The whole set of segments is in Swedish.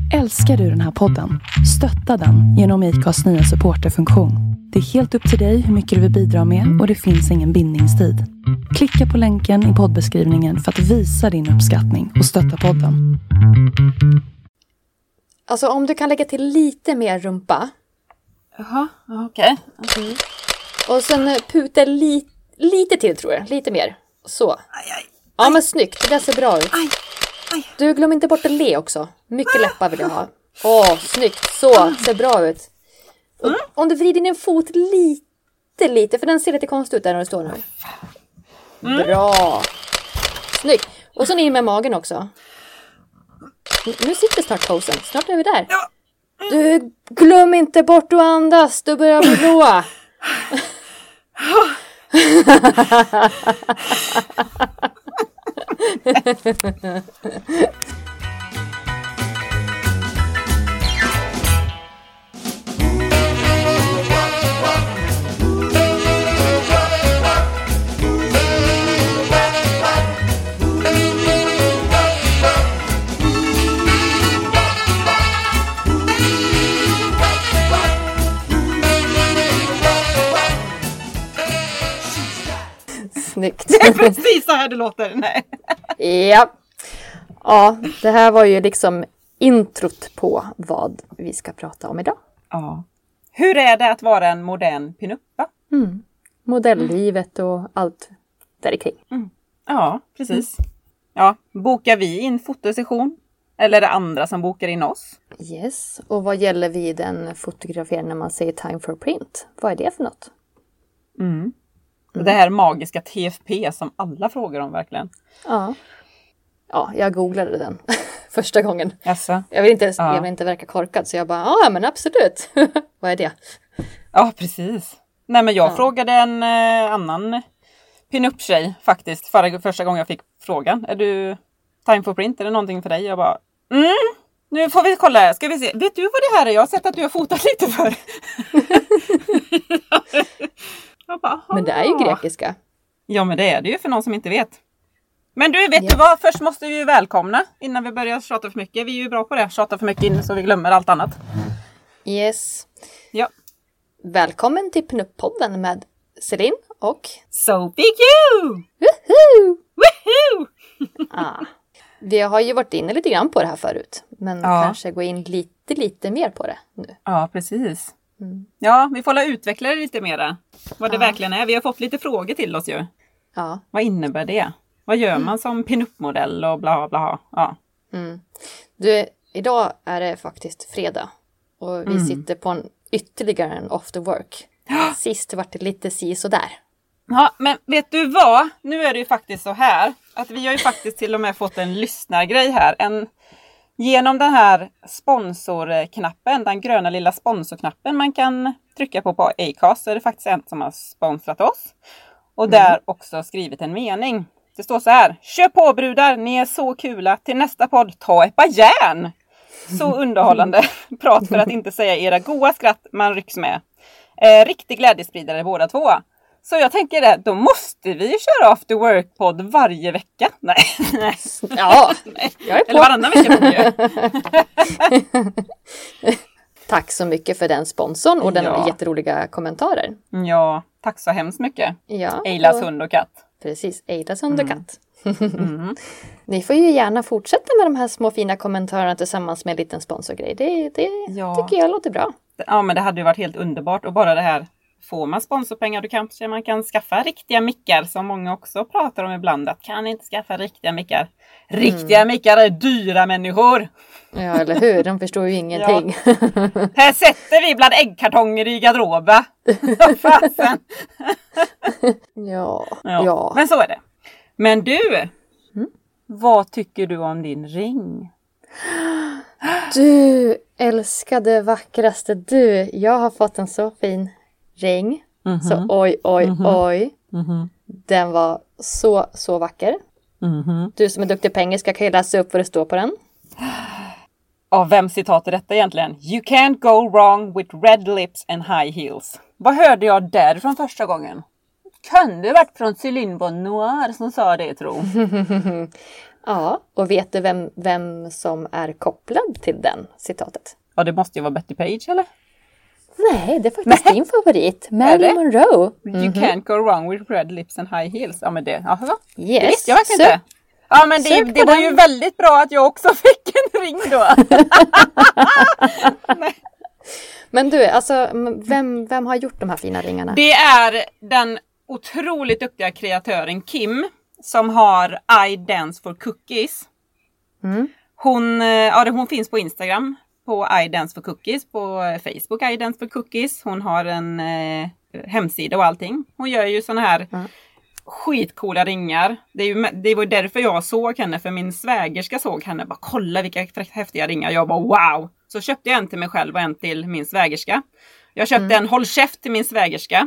Älskar du den här podden? Stötta den genom IKAs nya supporterfunktion. Det är helt upp till dig hur mycket du vill bidra med och det finns ingen bindningstid. Klicka på länken i poddbeskrivningen för att visa din uppskattning och stötta podden. Alltså om du kan lägga till lite mer rumpa. Jaha, okej. Och sen puta lite till tror jag. Lite mer. Så. Ja men snyggt, det ser bra ut. Du glöm inte bort att le också. Mycket läppar vill jag ha. Snyggt. Så, ser bra ut. Och om du vrider din fot lite. För den ser lite konstig ut där när du står nu. Bra. Snyggt. Och så in med magen också. Nu sitter snart posen. Snart är vi där. Du glöm inte bort att andas. Du börjar bli blå. Snyggt. Det är precis så här det låter. Nej. Ja, det här var ju liksom introt på vad vi ska prata om idag. Ja. Hur är det att vara en modern pinuppa? Modelllivet och allt där kring. Ja, precis. Ja, bokar vi in fotosession? Eller är det andra som bokar in oss? Yes, och vad gäller vid en fotografering när man säger time for print? Vad är det för något? Det här magiska TFP som alla frågar om verkligen. Ja, jag googlade den första gången. Jaså? Jag vill inte verka korkad så jag bara, ja men absolut. Vad är det? Ja, precis. Nej men jag frågade en annan pinup-tjej faktiskt första gången jag fick frågan. Är du time for print? Är det någonting för dig? Jag bara, nu får vi kolla. Ska vi se. Vet du vad det här är? Jag har sett att du har fotat lite för. Jag bara, men det är ju grekiska. Ja men det är det ju för någon som inte vet. Men du, vet du vad? Först måste vi ju välkomna innan vi börjar tjata för mycket. Vi är ju bra på det. Tjata för mycket in så vi glömmer allt annat. Yes. Ja. Välkommen till Pinup-podden med Celine och Sophie Q! Woohoo! Woohoo! Vi har ju varit inne lite grann på det här förut. Men kanske gå in lite mer på det nu. Ja, precis. Ja, vi får utveckla det lite mer. Vad det verkligen är. Vi har fått lite frågor till oss ju. Ja. Vad innebär det? Vad gör man som pinup-modell och bla bla. Ja. Du, idag är det faktiskt fredag. Och vi sitter på ytterligare en after work. Sist var det lite sådär. Ja, men vet du vad? Nu är det ju faktiskt så här. Att vi har ju faktiskt till och med fått en lyssnargrej här. Genom den här sponsorknappen, den gröna lilla sponsorknappen man kan trycka på Acast, så är det faktiskt en som har sponsrat oss. Och där också skrivit en mening. Det står så här: kör på brudar, ni är så kula. Till nästa podd, ta ett par järn. Så underhållande prat för att inte säga era goa skratt man rycks med. Riktig glädjespridare båda två. Så jag tänker det, då måste vi köra after work-podd varje vecka. Nej. Ja, jag är på. Eller varannan vecka. Tack så mycket för den sponsorn och den jätteroliga kommentarer. Ja, tack så hemskt mycket. Ja, Eilas hund och katt. Precis, Eilas hund och katt. Ni får ju gärna fortsätta med de här små fina kommentarerna tillsammans med en liten sponsorgrej. Det tycker jag låter bra. Ja, men det hade ju varit helt underbart. Och bara det här, får man sponsorpengar då kanske man kan skaffa riktiga mickar som många också pratar om ibland. Att kan inte skaffa riktiga mickar. Riktiga mickar är dyra människor. Ja, eller hur? De förstår ju ingenting. Ja. Här sätter vi bland äggkartonger i garderoba. Ja. Men så är det. Men du, vad tycker du om din ring? Du älskade vackraste du. Jag har fått en så fin ring. Så oj. Den var så vacker. Du som är duktig på engelska kan ju läsa upp vad det står på den. Av vem citat är detta egentligen? You can't go wrong with red lips and high heels. Vad hörde jag därifrån första gången? Kan det varit från Céline Bonnoir som sa det, tro? Ja, och vet du vem som är kopplad till den citatet? Ja, det måste ju vara Betty Page, eller? Nej, det är faktiskt din favorit. Marilyn Monroe. You can't go wrong with red lips and high heels. Ja, men det... Ja, va? Yes. Det visste jag verkligen inte. Ja, men det var ju väldigt bra att jag också fick en ring då. Nej. Men du, alltså, vem har gjort de här fina ringarna? Det är den otroligt duktiga kreatören Kim som har I Dance for Cookies. Hon finns på Instagram på I Dance for Cookies, på Facebook I Dance for Cookies. Hon har en hemsida och allting. Hon gör ju såna här skitcoola ringar. Det var därför jag såg henne, för min svägerska såg henne. Bara kolla vilka häftiga ringar. Jag bara wow! Så köpte jag en till mig själv och en till min svägerska. Jag köpte en håll käft till min svägerska.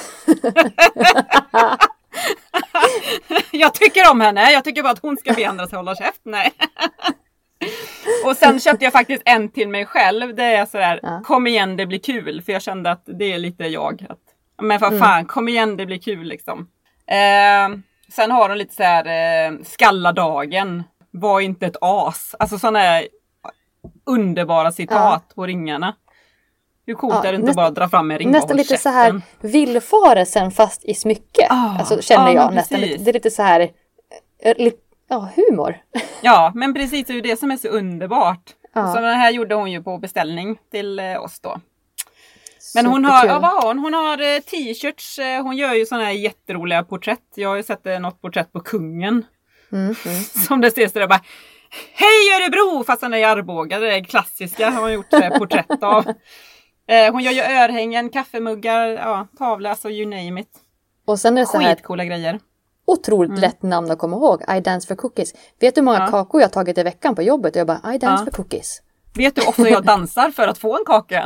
Jag tycker om henne. Jag tycker bara att hon ska be andra att hålla käft. Nej. Och sen köpte jag faktiskt en till mig själv. Det är sådär, kom igen det blir kul. För jag kände att det är lite jag. Men vad fan, kom igen det blir kul liksom. Sen har de lite såhär, skalladagen. Var inte ett as. Alltså sådana här underbara citat på ringarna. Hur coolt är det inte bara att dra fram en ring? Nästan lite så här villfarelsen fast i smycke. Alltså känner jag nästan. Det är lite så här humor. Ja, men precis, det är ju det som är så underbart. Så den här gjorde hon ju på beställning till oss då. Men hon har t-shirts, hon gör ju sådana här jätteroliga porträtt. Jag har ju sett något porträtt på kungen. Som det ser så där bara, hej Örebro! Fast han är i Arboga, det är klassiska har hon gjort porträtt av. Hon gör ju örhängen, kaffemuggar, tavlor, alltså you name it. Och sen är det så här skitcoola grejer. Otroligt lätt namn att komma ihåg. I Dance for Cookies. Vet du hur många kakor jag har tagit i veckan på jobbet? Jag bara, I Dance for Cookies. Vet du ofta jag dansar för att få en kaka?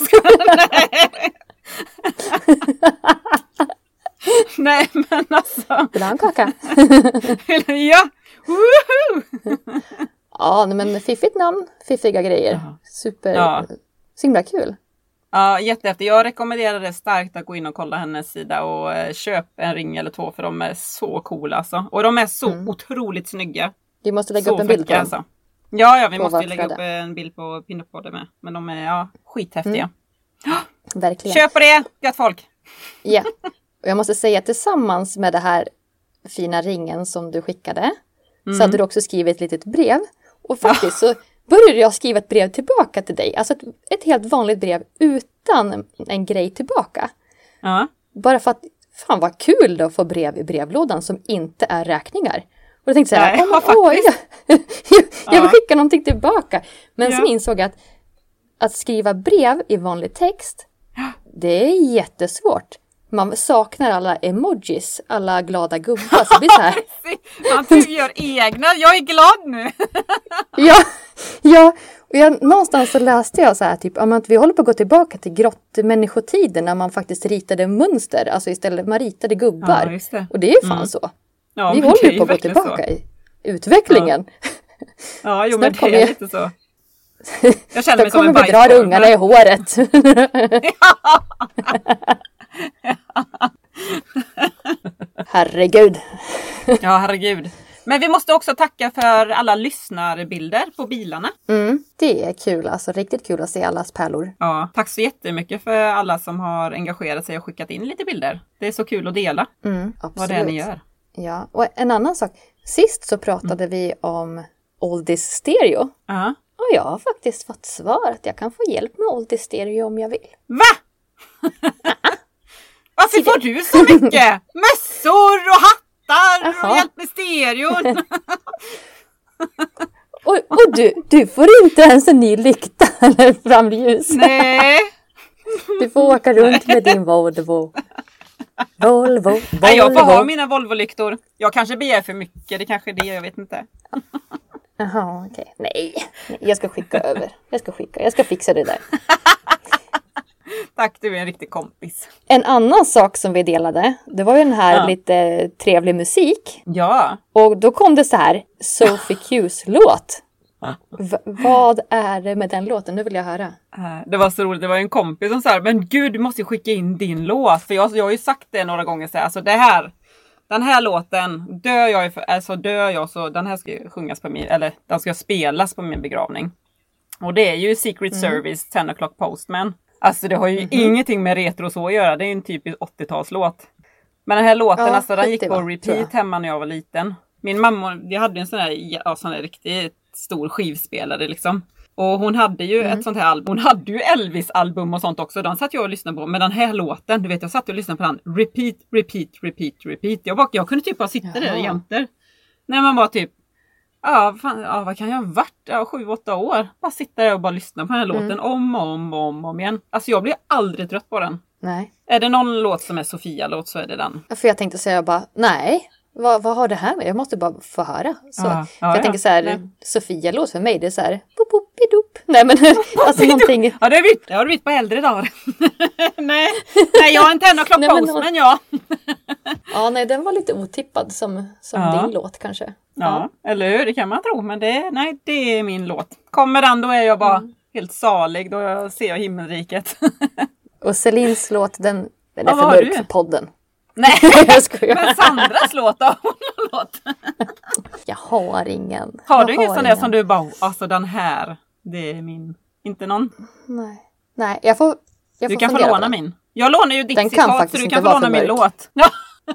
Nej, men alltså. Vill du ha en kaka? Ja. Ja, men fiffigt namn. Fiffiga grejer. Super. Så himla kul. Ja, jättehäftigt. Jag rekommenderar det starkt att gå in och kolla hennes sida och köp en ring eller två, för de är så coola alltså. Och de är så otroligt snygga. Vi måste lägga upp en bild på dem. Alltså. Ja, vi måste lägga upp en bild på Pinup-podden med. Men de är skithäftiga. Verkligen. Köp på det, gött folk! Ja, och jag måste säga att tillsammans med det här fina ringen som du skickade så hade du också skrivit ett litet brev. Och faktiskt så började jag skriva ett brev tillbaka till dig. Alltså ett helt vanligt brev utan en grej tillbaka. Bara för att, fan vad kul då att få brev i brevlådan som inte är räkningar. Och jag tänkte så här, jag vill skicka någonting tillbaka. Men sen insåg jag att skriva brev i vanlig text, det är jättesvårt. Man saknar alla emojis, alla glada gubbar. Så det blir så här. Man gör egna, jag är glad nu. Ja. Och någonstans så läste jag så här, typ, att vi håller på att gå tillbaka till grottmänniskotiden när man faktiskt ritade mönster. Alltså istället, man ritade gubbar. Just det. Och det är ju fan så. Ja, vi håller ju på att gå tillbaka i utvecklingen. Ja, jo, men det är lite så. Jag känner mig som en bajskorv. Då kommer vi dra ungarna i håret. Herregud. Ja, herregud. Men vi måste också tacka för alla lyssnarbilder på bilarna. Det är kul, alltså riktigt kul att se allas pärlor. Ja, tack så jättemycket för alla som har engagerat sig och skickat in lite bilder. Det är så kul att dela vad det är ni gör. Ja, och en annan sak. Sist så pratade vi om Oldis Stereo. Och jag har faktiskt fått svar att jag kan få hjälp med Oldis Stereo om jag vill. Va? Varför får du så mycket? Mössor och hattar och hjälp med stereon. och du får inte ens en ny lykta eller framljus. Nej. Du får åka runt med din Volvo. Volvo. Nej, jag får ha mina Volvo-lyktor. Jag kanske begär för mycket, det kanske är det, jag vet inte. Jaha, okej. Nej, jag ska skicka över. Jag ska fixa det där. Tack, du är en riktig kompis. En annan sak som vi delade, det var ju den här lite trevlig musik. Ja. Och då kom det så här, Sophie Q's låt. Vad är det med den låten? Nu vill jag höra. Det var så roligt, det var en kompis som sa, men gud, du måste ju skicka in din låt. För jag har ju sagt det några gånger så här, alltså det här, den här låten dör jag så den här ska ju sjungas på min, eller den ska spelas på min begravning. Och det är ju Secret Service 10 O'Clock Postman. Alltså det har ju ingenting med retro så att göra. Det är ju en typisk 80-talslåt. Men den här låten, alltså den gick på repeat hemma när jag var liten. Min mamma, jag hade en sån här riktigt stor skivspelare liksom. Och hon hade ju ett sånt här album. Hon hade ju Elvis-album och sånt också. Den satt jag och lyssnade på. Men den här låten, du vet, jag satt och lyssnade på den. Repeat. Jag kunde typ bara sitta där jämter. När man var typ, vad kan jag ha varit? 7-8 år. Bara sitta där och bara lyssna på den här låten om igen. Alltså jag blir aldrig trött på den. Nej. Är det någon låt som är Sofia-låt så är det den. För jag tänkte säga bara, nej. Vad har det här med? Jag måste bara få höra. Så, jag tänker så här, Sofia-låt för mig, det är så här, boop. Nej men, alltså någonting. Ja, det har du blivit på äldre dagar. nej, jag har en 10 O'Clock Postman, ja. Ja, nej, den var lite otippad som din låt kanske. Ja, eller hur? Det kan man tro, men det är min låt. Kommer den, då är jag bara helt salig, då ser jag himmelriket. Och Celines låt, den är för mörk för podden. Nej, men Sandras låt då? Jag har ingen. Har du ingen sån där som du bara, alltså den här, det är min, inte någon? Nej, jag får du kan få låna min. Jag lånar ju ditt citat, så du kan få låna min låt. Ja.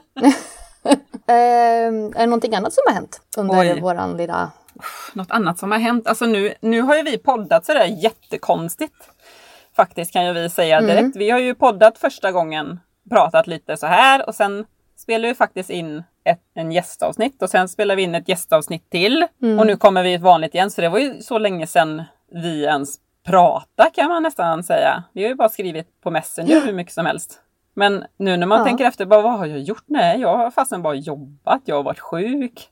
Är det någonting annat som har hänt under våran lilla... Något annat som har hänt? Alltså nu har ju vi poddat så där jättekonstigt. Faktiskt kan ju vi säga direkt. Vi har ju poddat första gången, pratat lite så här. Och sen spelar vi faktiskt in en gästavsnitt. Och sen spelar vi in ett gästavsnitt till. Och nu kommer vi ett vanligt igen. Så det var ju så länge sedan vi ens pratade, kan man nästan säga. Vi har ju bara skrivit på Messenger hur mycket som helst. Men nu när man tänker efter, vad har jag gjort? Nej, jag har fastän bara jobbat. Jag har varit sjuk.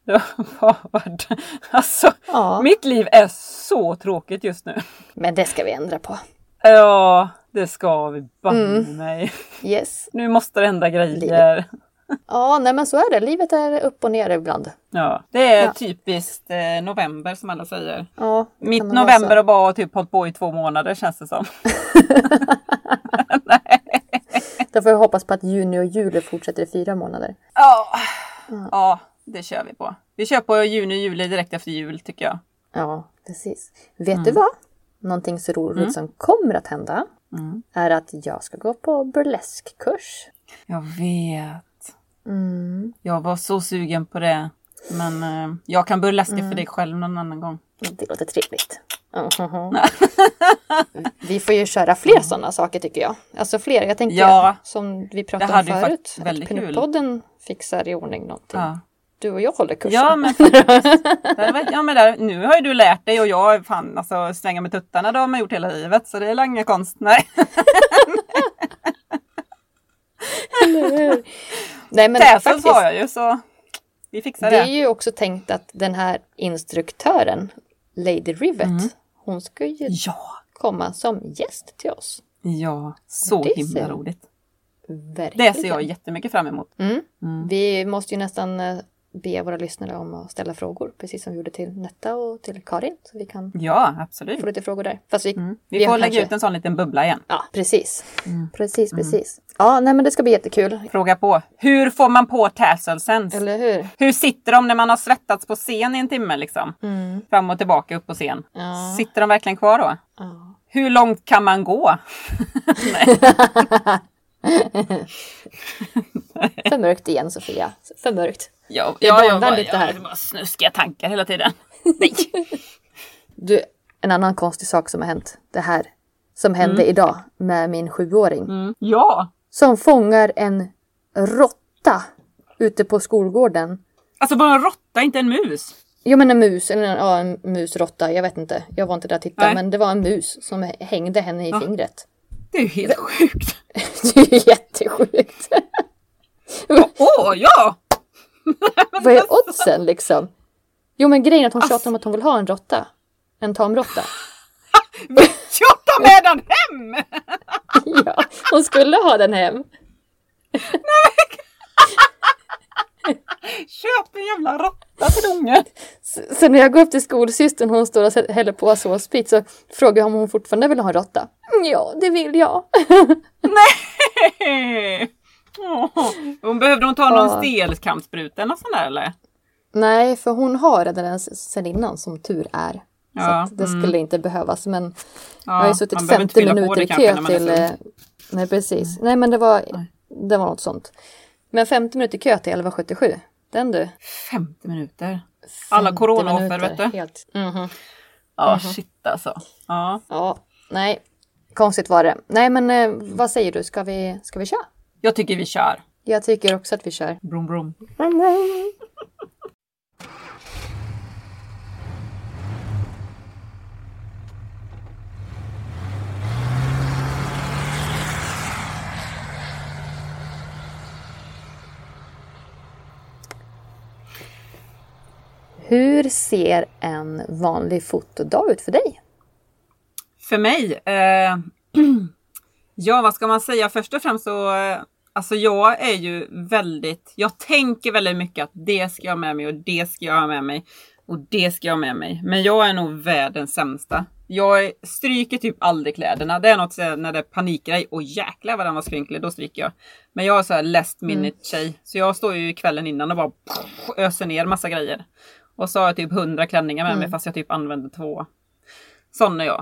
Mitt liv är så tråkigt just nu. Men det ska vi ändra på. Ja, det ska vi banne mig. Yes. Nu måste det hända grejer. Ja, nej men så är det. Livet är upp och ner ibland. Ja, det är typiskt november som alla säger. Ja, mitt november har bara typ hållit på i 2 månader, känns det som. Nej. Då får jag hoppas på att juni och juli fortsätter i 4 månader. Ja, det kör vi på. Vi kör på juni och juli direkt efter jul, tycker jag. Ja, precis. Vet du vad? Någonting så roligt som kommer att hända är att jag ska gå på burleskkurs. Jag vet. Jag var så sugen på det. Men jag kan burleska för dig själv någon annan gång. Det låter trevligt. Vi får ju köra fler sådana saker, tycker jag. Alltså fler, jag tänkte som vi pratade om förut. Att Pinup-podden fixar i ordning någonting. Ja. Du och jag håller kursen. Ja, men nu har ju du lärt dig och jag svänga med tuttarna, det har man gjort hela livet. Så det är inga konst. Nej. Nej, men faktiskt har jag ju, så vi fixar det. Det är ju också tänkt att den här instruktören, Lady Rivet, hon ska ju komma som gäst till oss. Ja, så himla roligt. Verkligen. Det ser jag jättemycket fram emot. Vi måste ju nästan be våra lyssnare om att ställa frågor. Precis som vi gjorde till Netta och till Karin. Så vi kan absolut få lite frågor där. Fast vi får lägga ut en sån liten bubbla igen. Ja, precis. Precis. Ja, nej men det ska bli jättekul. Fråga på. Hur får man på tasselsen? Eller hur? Hur sitter de när man har svettats på scen i en timme liksom? Fram och tillbaka upp på scen. Ja. Sitter de verkligen kvar då? Ja. Hur långt kan man gå? Nej. För mörkt igen, Sofia. För mörkt. Jag bara snuskiga tankar hela tiden. Nej. Du, en annan konstig sak som har hänt. Det här som hände idag med min 7-åring. Ja. Som fångar en råtta ute på skolgården. Alltså bara en råtta, inte en mus? Jo, men en mus. En musråtta, jag vet inte. Jag var inte där och tittade. Men det var en mus som hängde henne i fingret. Det är ju helt sjukt. Det är jättesjukt. Ja! Vad är oddsen liksom? Jo, men grejen är att hon tjatar om att hon vill ha en råtta. En tamråtta. Jag tar med den hem! Ja, hon skulle ha den hem. Köp en jävla råtta till ungen. Så när jag går upp till skolsystern, hon står och häller på såssprit, så frågar jag om hon fortfarande vill ha en råtta. Ja, det vill jag. Nej! Behövde hon ta någon stelkampsprut eller sån där eller? Nej, för hon har redan en sen innan som tur är. Så att det skulle inte behövas. Men jag har ju suttit 50 minuter i kö till... Nej, precis. Nej, men det var något sånt. Men 50 minuter i kö till 1177. Den du. 50 minuter. Alla coronaoffer, vet du. Helt. Ja, shit alltså. Ja, nej. Konstigt var det. Nej, men vad säger du? Ska vi köra? Jag tycker vi kör. Jag tycker också att vi kör. Brum, brum. Brum, brum. Hur ser en vanlig fotodag ut för dig? För mig? Ja, vad ska man säga? Först och främst så... Alltså jag är ju väldigt... Jag tänker väldigt mycket att det ska jag ha med mig och det ska jag ha med mig. Och det ska jag ha med mig. Men jag är nog världens sämsta. Jag stryker typ aldrig kläderna. Det är något när det panikgrej. Och jäklar vad den var skrynklig, då stryker jag. Men jag är så här last minute tjej. Så jag står ju kvällen innan och bara öser ner massa grejer. Och så har jag typ 100 klänningar med mig fast jag typ använder 2. Sån är jag.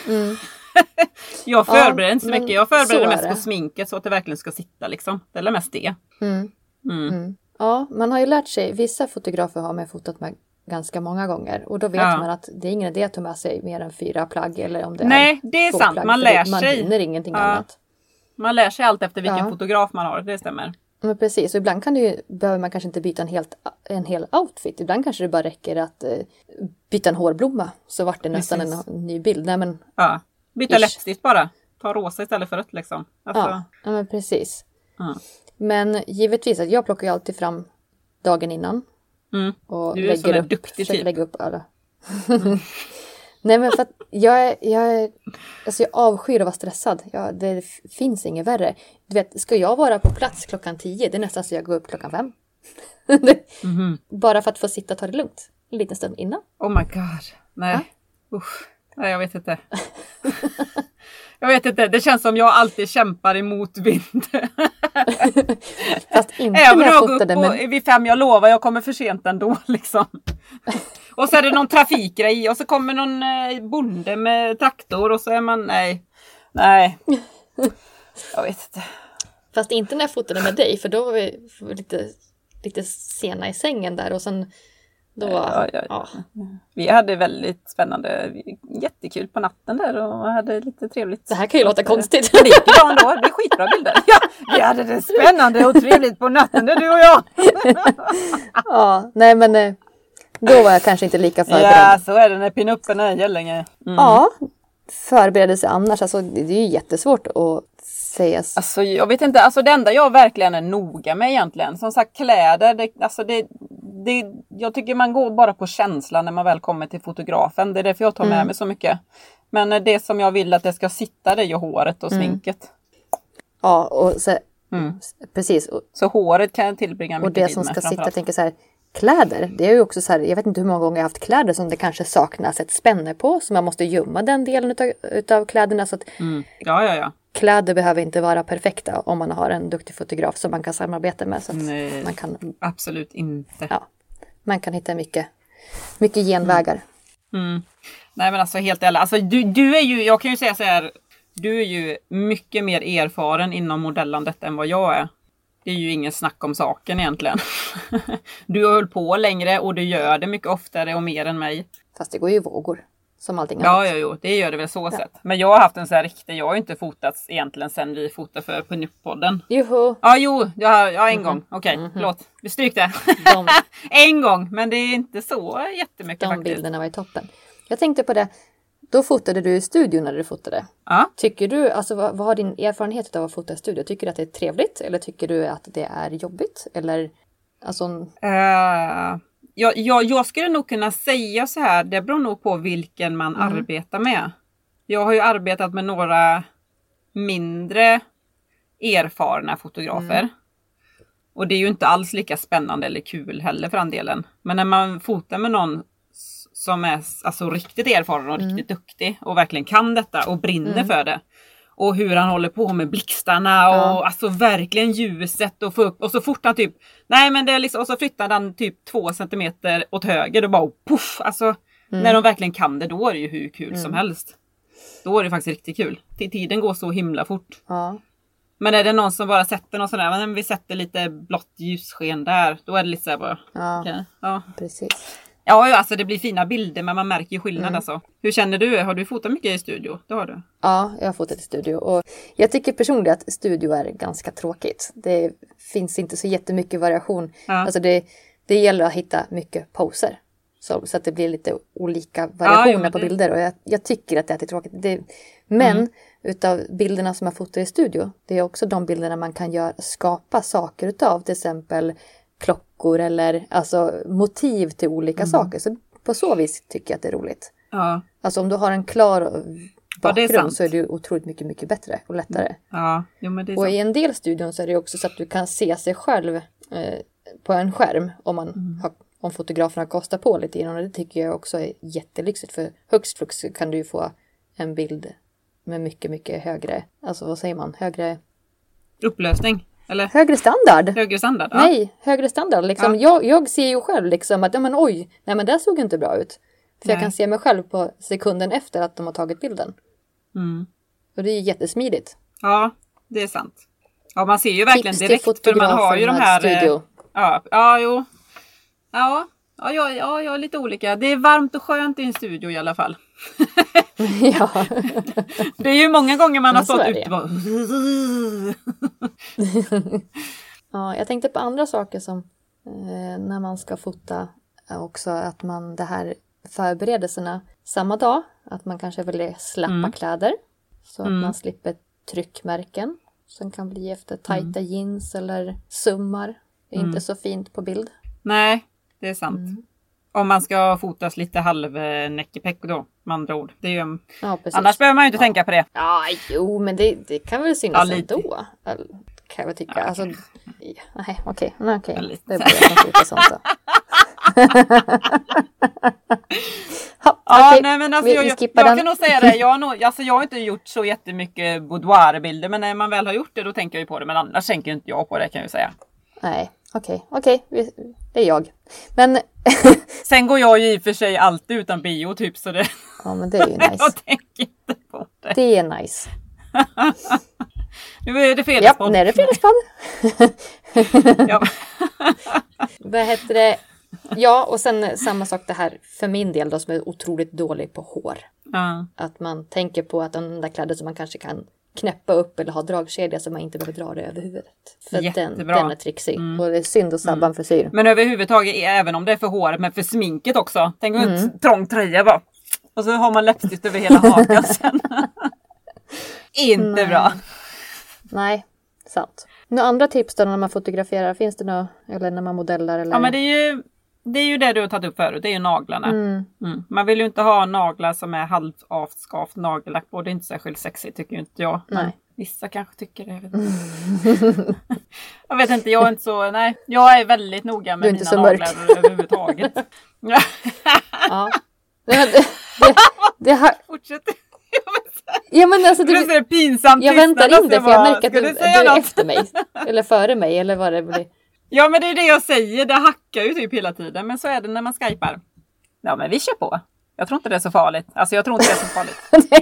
Jag förbereder inte så mycket. Jag förbereder mest på sminket så att det verkligen ska sitta liksom. Det är mest det. Ja, man har ju lärt sig. Vissa fotografer har med fotat med ganska många gånger. Och då vet man att det är ingen idé att ta med sig mer än 4 plagg. Eller om det Nej, det är sant. plagg, man lär sig. Man hinner ingenting annat. Man lär sig allt efter vilken fotograf man har. Det stämmer. Men precis, och ibland behöver man kanske inte byta en hel outfit. Ibland kanske det bara räcker att byta en hårblomma. Så vart det nästan en ny bild. Nej, men, byta läppstift bara. Ta rosa istället för rött liksom. Alltså. Ja, men precis. Men givetvis att jag plockar ju alltid fram dagen innan. Och du är lägger upp, duktig typ. Lägga upp alla. Nej, men för att jag avskyr att vara stressad. Det finns inget värre. Du vet, ska jag vara på plats klockan 10, det är nästan så jag går upp klockan 5. Bara för att få sitta och ta det lugnt. En liten stund innan. Oh my god. Nej. Nej, jag vet inte. Jag vet inte. Det känns som jag alltid kämpar emot vind. Fast inte även när jag jag går fotade. upp vid 5, jag lovar, jag kommer för sent ändå liksom. Och så är det någon trafikgrej och så kommer någon bonde med traktor och så är man, nej. Jag vet inte. Fast inte när jag fotade med dig, för då var vi lite sena i sängen där och sen då... Ja. Vi hade väldigt spännande, jättekul på natten där och hade lite trevligt. Det här kan ju låta konstigt. Men det gick bra ändå, det är skitbra bilder. Ja, vi hade det spännande och trevligt på natten, det är du och jag. Ja, nej men då var jag kanske inte lika förberedd. Ja, så är det när pinuppen är länge. Ja, förberedelse annars, alltså det är ju jättesvårt att säga. Alltså jag vet inte, alltså det enda jag verkligen är noga med egentligen, som sagt kläder, jag tycker man går bara på känslan när man väl kommer till fotografen, det är därför jag tar med mig så mycket. Men det som jag vill att det ska sitta, det är ju håret och sminket. Ja, och så, precis. Så håret kan jag tillbringa mycket tid med. Och det som ska sitta, jag tänker så här, kläder, det är ju också så här, jag vet inte hur många gånger jag har haft kläder som det kanske saknas ett spänne på, så man måste gömma den delen utav kläderna. Så att Ja. Kläder behöver inte vara perfekta om man har en duktig fotograf som man kan samarbeta med. Så att nej, man kan, absolut inte. Ja, man kan hitta mycket genvägar. Nej men alltså helt ärligt, alltså, du är ju, jag kan ju säga så här, du är ju mycket mer erfaren inom modellandet än vad jag är. Det är ju ingen snack om saken egentligen. Du har hållit på längre och du gör det mycket oftare och mer än mig. Fast det går ju vågor. Som allting annat. Ja, det gör det väl så sätt. Men jag har haft en så här riktig, jag har ju inte fotats egentligen sen vi fotade för Pinup-podden. Joho. Ja, en gång. Okej, förlåt. Vi stryk det. En gång, men det är inte så jättemycket faktiskt. De bilderna var i toppen. Jag tänkte på det, då fotade du i studion när du fotade. Ja. Tycker du, alltså vad har din erfarenhet av att fota i studio? Tycker du att det är trevligt? Eller tycker du att det är jobbigt? Eller, alltså... Jag skulle nog kunna säga så här, det beror nog på vilken man arbetar med. Jag har ju arbetat med några mindre erfarna fotografer. Och det är ju inte alls lika spännande eller kul heller för den delen. Men när man fotar med någon som är alltså riktigt erfaren och riktigt duktig och verkligen kan detta och brinner för det. Och hur han håller på med blixtarna och alltså verkligen ljuset och få upp. Och så fort han typ, nej men det är liksom, och så flyttar han typ 2 centimeter åt höger och bara puff. Alltså när de verkligen kan det, då är det ju hur kul som helst. Då är det faktiskt riktigt kul. Tiden går så himla fort. Ja. Men är det någon som bara sätter någon sån där, men vi sätter lite blått ljussken där, då är det lite så här bara. Ja, okay. Ja. Precis. Ja, alltså det blir fina bilder, men man märker ju skillnad alltså. Hur känner du? Har du fotat mycket i studio? Det har du. Ja, jag har fotat i studio. Och jag tycker personligen att studio är ganska tråkigt. Det finns inte så jättemycket variation. Ja. Alltså det gäller att hitta mycket poser. Så att det blir lite olika variationer på bilder. Och jag tycker att det är tråkigt. Men utav bilderna som jag fotar i studio, det är också de bilderna man kan skapa saker utav. Till exempel klockor eller alltså motiv till olika saker. Så på så vis tycker jag att det är roligt. Ja. Alltså om du har en klar bakgrund så är det otroligt mycket, mycket bättre och lättare. Ja, jo, men det är och sant. i en del studion så är det också så att du kan se sig själv på en skärm om fotograferna kostar på lite innan. Och det tycker jag också är jättelyxigt. För högst flux kan du ju få en bild med mycket, mycket högre, alltså vad säger man, högre upplösning. Eller? Högre standard. Högre standard, ja. Nej, högre standard. Liksom. Ja. Jag ser ju själv liksom att, oj, nej men det såg inte bra ut. För jag kan se mig själv på sekunden efter att de har tagit bilden. Och det är jättesmidigt. Ja, det är sant. Ja, man ser ju verkligen direkt. För man har ju de här... Studio. Jo. Ja, jag är lite olika. Det är varmt och skönt i en studio i alla fall. Ja. Det är ju många gånger man har stått ute och bara... Ja, jag tänkte på andra saker som när man ska fota också, att man det här förberedelserna samma dag, att man kanske vill slappa kläder så att man slipper tryckmärken som kan bli efter tajta jeans eller summar. Det är inte så fint på bild. Nej, det är sant. Om man ska fotas lite halvnäckepäck då, med andra ord. Det är ju, annars behöver man ju inte tänka på det. Ja, jo, men det kan väl synas ändå. Kan jag tycka. Alltså, nej, okej. Det är bara jag som fotar sånt då. Nej, men alltså, jag kan nog säga det. Jag har inte gjort så jättemycket boudoirbilder, men när man väl har gjort det, då tänker jag ju på det. Men annars tänker inte jag på det, kan jag säga. Nej, okej. Det är jag. Men... Sen går jag ju i och för sig alltid utan bio, typ, så det... Ja, men det är ju nice. Jag tänker inte på det. Det är nice. Nu är det fredagspodd. Ja, nu är det fredagspodd. Ja. Vad heter det? Ja, och sen samma sak det här för min del då, som är otroligt dålig på hår. Att man tänker på att de där kläder som man kanske kan knäppa upp eller ha dragkedja så man inte behöver dra det över huvudet. För den är trixig. Och det är synd att sabba en frisyr. Men överhuvudtaget, även om det är för håret, men för sminket också. Tänk om en trång tröja bara. Och så har man läppstift över hela hakan sen. Inte bra. Nej, sant. Några andra tips då när man fotograferar? Finns det något, eller när man modellar? Eller? Ja, men det är ju det du har tagit upp förut. Det är ju naglarna. Man vill ju inte ha naglar som är halvt avskavt nagellack på. Det är inte särskilt sexigt, tycker ju inte jag. Nej. Vissa kanske tycker det. Jag vet inte, jag är inte så... Nej, jag är väldigt noga med mina naglar överhuvudtaget. Ja. Det har... Fortsätt. Ja, men alltså, det är pinsamt. Jag väntar in det, för jag märker att du är efter mig. Eller före mig, eller vad det blir. Ja, men det är det jag säger. Det hackar ju typ hela tiden. Men så är det när man skypar. Ja, men vi kör på. Jag tror inte det är så farligt. Alltså, jag tror inte det är så farligt.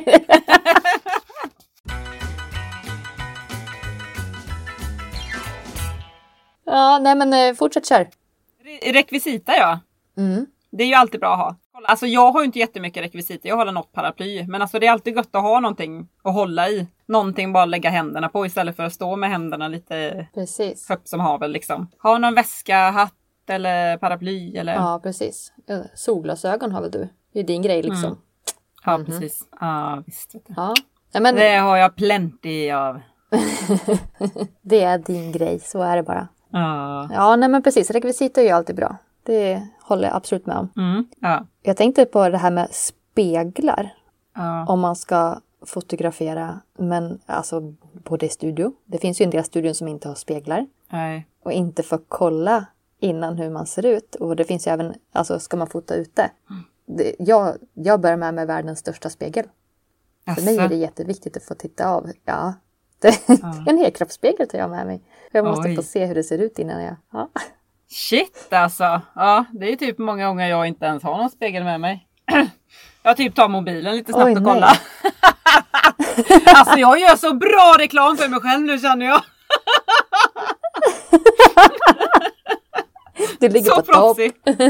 Ja, nej men fortsätt kör. Rekvisita, ja. Det är ju alltid bra att ha. Alltså jag har ju inte jättemycket rekvisita. Jag håller något paraply. Men alltså det är alltid gott att ha någonting att hålla i. Någonting bara att lägga händerna på istället för att stå med händerna lite högt som havel liksom. Ha någon väska, hatt eller paraply eller... Ja, precis. Solglasögon har väl du? Det är din grej liksom. Ja, precis. Ja, visst. Ja. Men... Det har jag plenty av. Det är din grej, så är det bara. Ja, nej men precis. Rekvisita är ju alltid bra. Det håller jag absolut med om. Jag tänkte på det här med speglar. Om man ska fotografera. Men alltså både i studio. Det finns ju en del studion som inte har speglar. Nej. Och inte får kolla innan hur man ser ut. Och det finns ju även, alltså ska man fota ute. Jag börjar med världens största spegel. För mig är det jätteviktigt att få titta av. Ja. En helkroppsspegel tar jag med mig. Jag måste få se hur det ser ut innan jag... Ja. Shit alltså. Ja, det är typ många gånger jag inte ens har någon spegel med mig. Jag typ tar mobilen lite snabbt och kollar. Alltså jag gör så bra reklam för mig själv nu, känner jag. Du ligger så på topp.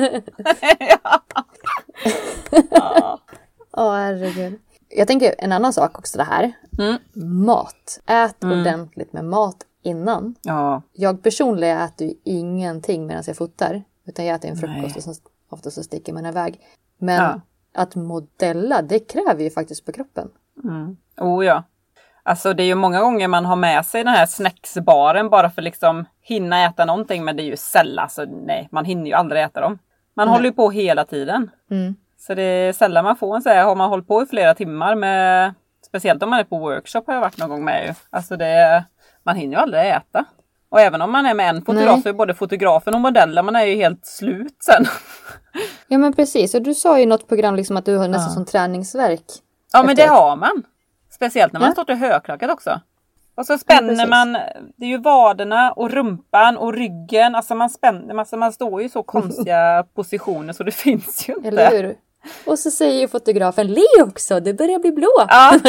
Herregud. Jag tänker en annan sak också det här. Mat. Ät ordentligt med mat innan. Ja. Jag personligen äter ju ingenting medan jag fotar. Utan jag äter en frukost och sen ofta så sticker man iväg. Men att modella, det kräver ju faktiskt på kroppen. Ja. Alltså det är ju många gånger man har med sig den här snacksbaren bara för liksom hinna äta någonting. Men det är ju sällan, så nej, man hinner ju aldrig äta dem. Man håller ju på hela tiden. Så det är sällan man får en så här, har man hållit på i flera timmar med, speciellt om man är på workshop har jag varit någon gång med ju. Alltså man hinner ju aldrig äta. Och även om man är med en fotograf så är både fotografen och modellen, man är ju helt slut sen. Ja men precis, och du sa ju något program liksom att du har nästan som träningsverk. Ja men det har man. Speciellt när man står till högklackat också. Och så spänner man, det är ju vaderna och rumpan och ryggen. Alltså man spänner, alltså man står ju i så konstiga positioner så det finns ju inte. Eller hur? Och så säger ju fotografen, le också, det börjar bli blå. Ja.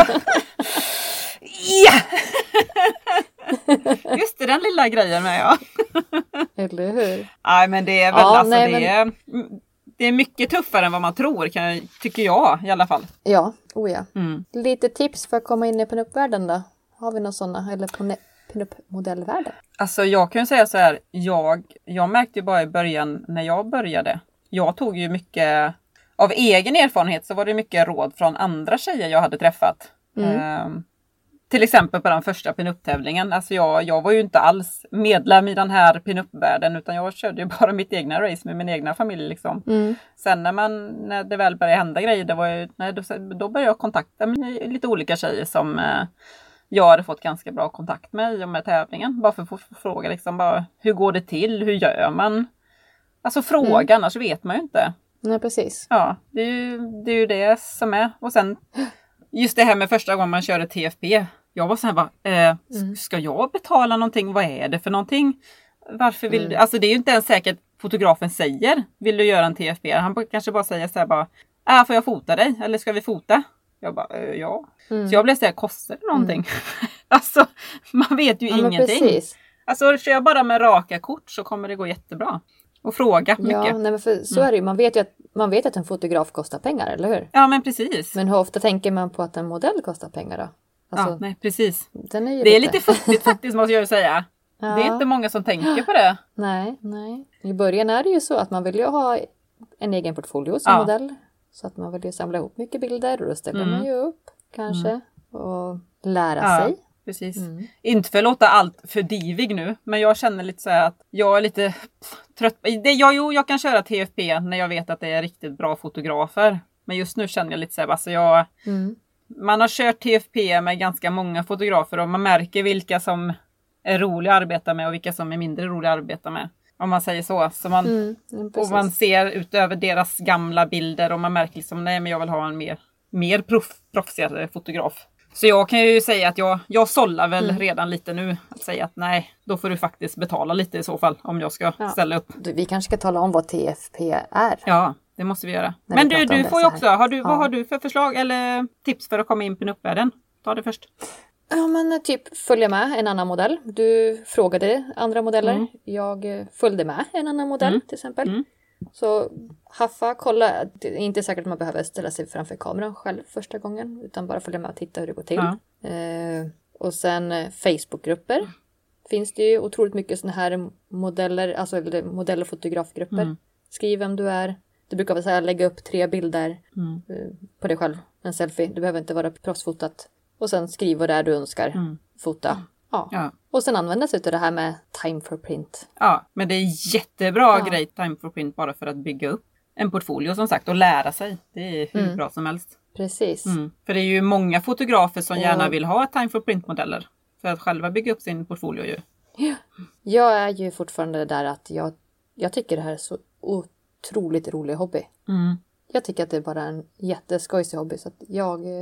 Just det, den lilla grejen med Eller hur? Nej men det är väl det är mycket tuffare än vad man tror, tycker jag i alla fall. Ja, Lite tips för att komma in i pinup-världen då? Har vi några sådana? Eller pinup-modellvärlden? Alltså jag kan ju säga så här, jag märkte ju bara i början när jag började. Jag tog ju mycket, av egen erfarenhet så var det mycket råd från andra tjejer jag hade träffat. Till exempel på den första pinup-tävlingen. Alltså jag var ju inte alls medlem i den här pinup-världen utan jag körde ju bara mitt egna race med min egna familj liksom. Sen när det väl började hända grejer, då började jag kontakta med lite olika tjejer som jag hade fått ganska bra kontakt med i och med tävlingen. Bara för att få fråga liksom, bara, hur går det till? Hur gör man? Alltså fråga, annars vet man ju inte. Nej, precis. Ja, det är ju det som är. Och sen just det här med första gången man körde TFP. Jag var så här ska jag betala någonting? Vad är det för någonting? Varför vill du? Alltså det är ju inte ens säkert fotografen säger, vill du göra en TFP? Han kanske bara säger så här bara, får jag fota dig? Eller ska vi fota? Jag bara, ja. Så jag blev så här, kostar det någonting? Alltså, man vet ju ingenting. Precis. Alltså, kör jag bara med raka kort så kommer det gå jättebra. Och fråga mycket. Ja, nej, men för så är det ju. Man vet att en fotograf kostar pengar, eller hur? Ja, men precis. Men hur ofta tänker man på att en modell kostar pengar då? Alltså, ja, nej, precis. Det är lite futtigt faktiskt, måste jag ju säga. Ja. Det är inte många som tänker på det. Nej. I början är det ju så att man vill ju ha en egen portfolio som modell. Så att man vill ju samla ihop mycket bilder och då ställer man ju upp kanske. Och lära sig. Precis. Inte för att låta allt för divig nu. Men jag känner lite så här att jag är lite trött. Jag kan köra TFP när jag vet att det är riktigt bra fotografer. Men just nu känner jag lite så här. Alltså man har kört TFP med ganska många fotografer. Och man märker vilka som är roliga att arbeta med. Och vilka som är mindre roliga att arbeta med. Om man säger så. Och man ser utöver deras gamla bilder. Och man märker liksom, nej men jag vill ha en mer proffsigare fotograf. Så jag kan ju säga att jag sållar väl redan lite nu. Att säga att nej, då får du faktiskt betala lite i så fall. Om jag ska ställa upp. Vi kanske ska tala om vad TFP är. Ja, det måste vi göra. Men du får ju också, vad har du för förslag eller tips för att komma in på pinup-världen? Ta det först. Ja men typ följa med en annan modell. Du frågade andra modeller. Jag följde med en annan modell till exempel. Så haffa, kolla. Det är inte säkert att man behöver ställa sig framför kameran själv första gången. Utan bara följa med och titta hur det går till. Och sen Facebookgrupper. Finns det ju otroligt mycket såna här modeller. Alltså modell- och fotografgrupper. Skriv vem du är. Du brukar väl säga lägga upp 3 bilder på dig själv. En selfie. Det behöver inte vara proffsfotat. Och sen skriv vad det är du önskar fota. Ja. Och sen använda sig av det här med time for print. Ja, men det är jättebra grej time for print bara för att bygga upp en portfolio som sagt och lära sig. Det är hur bra som helst. Precis. För det är ju många fotografer som gärna vill ha time for print modeller för att själva bygga upp sin portfolio ju. Ja. Jag är ju fortfarande där att jag tycker det här är så otroligt rolig hobby. Jag tycker att det är bara en jätteskojsig hobby så att jag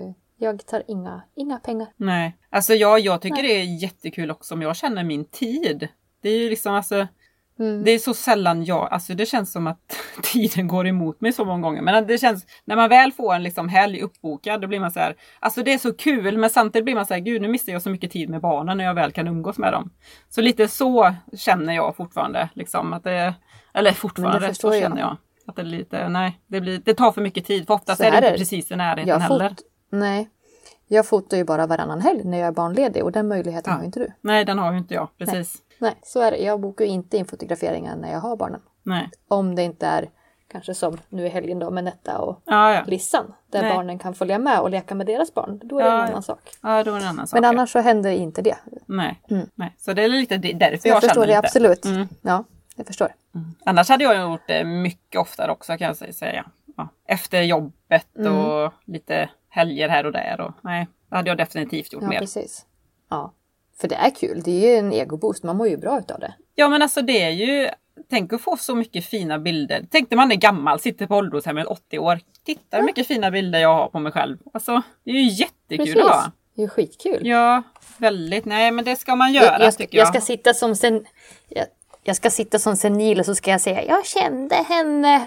Jag tar inga pengar. Nej, alltså jag tycker det är jättekul också om jag känner min tid. Det är ju liksom alltså, det är så sällan alltså det känns som att tiden går emot mig så många gånger. Men det känns, när man väl får en liksom helg uppbokad, då blir man så här, alltså det är så kul, men samtidigt blir man så här, gud nu missar jag så mycket tid med barnen när jag väl kan umgås med dem. Så lite så känner jag fortfarande, liksom att det, eller fortfarande så känner jag. Att det är lite, det tar för mycket tid, för oftast är det inte precis i närheten heller. Nej, jag fotar ju bara varannan helg när jag är barnledig och den möjligheten har ju inte du. Nej, den har ju inte jag, precis. Nej, så är det. Jag bokar ju inte in fotograferingar när jag har barnen. Nej. Om det inte är kanske som nu i helgen då med Netta och Lissan. Där barnen kan följa med och leka med deras barn. Då är det en annan sak. Ja, då är det en annan sak. Men annars så händer inte det. Nej, nej. Så det är lite därför jag förstår känner det lite. absolut. Ja, jag förstår. Annars hade jag gjort det mycket oftare också kan jag säga. Ja. Efter jobbet och lite helger här och där. Och, nej, det hade jag definitivt gjort mer. Ja, precis. Ja, för det är kul. Det är ju en egoboost. Man mår ju bra utav det. Ja, men alltså det är ju... Tänk att få så mycket fina bilder. Tänk när man är gammal, sitter på ålderdomshemmet 80 år. Titta hur mycket fina bilder jag har på mig själv. Alltså, det är ju jättekul att ha. Det är ju skitkul. Ja, väldigt. Nej, men det ska man göra tycker jag. Jag ska sitta som jag ska sitta som senil och så ska jag säga, jag kände henne.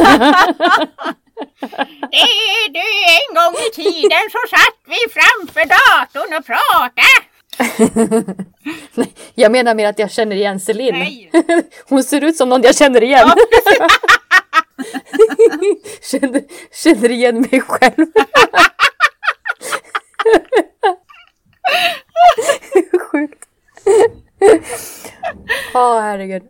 En gång i tiden så satt vi framför datorn och pratade. Nej, jag menar mer att jag känner igen Celine. Nej. Hon ser ut som någon jag känner igen. Ja, känner igen mig själv. Sjukt. Herregud.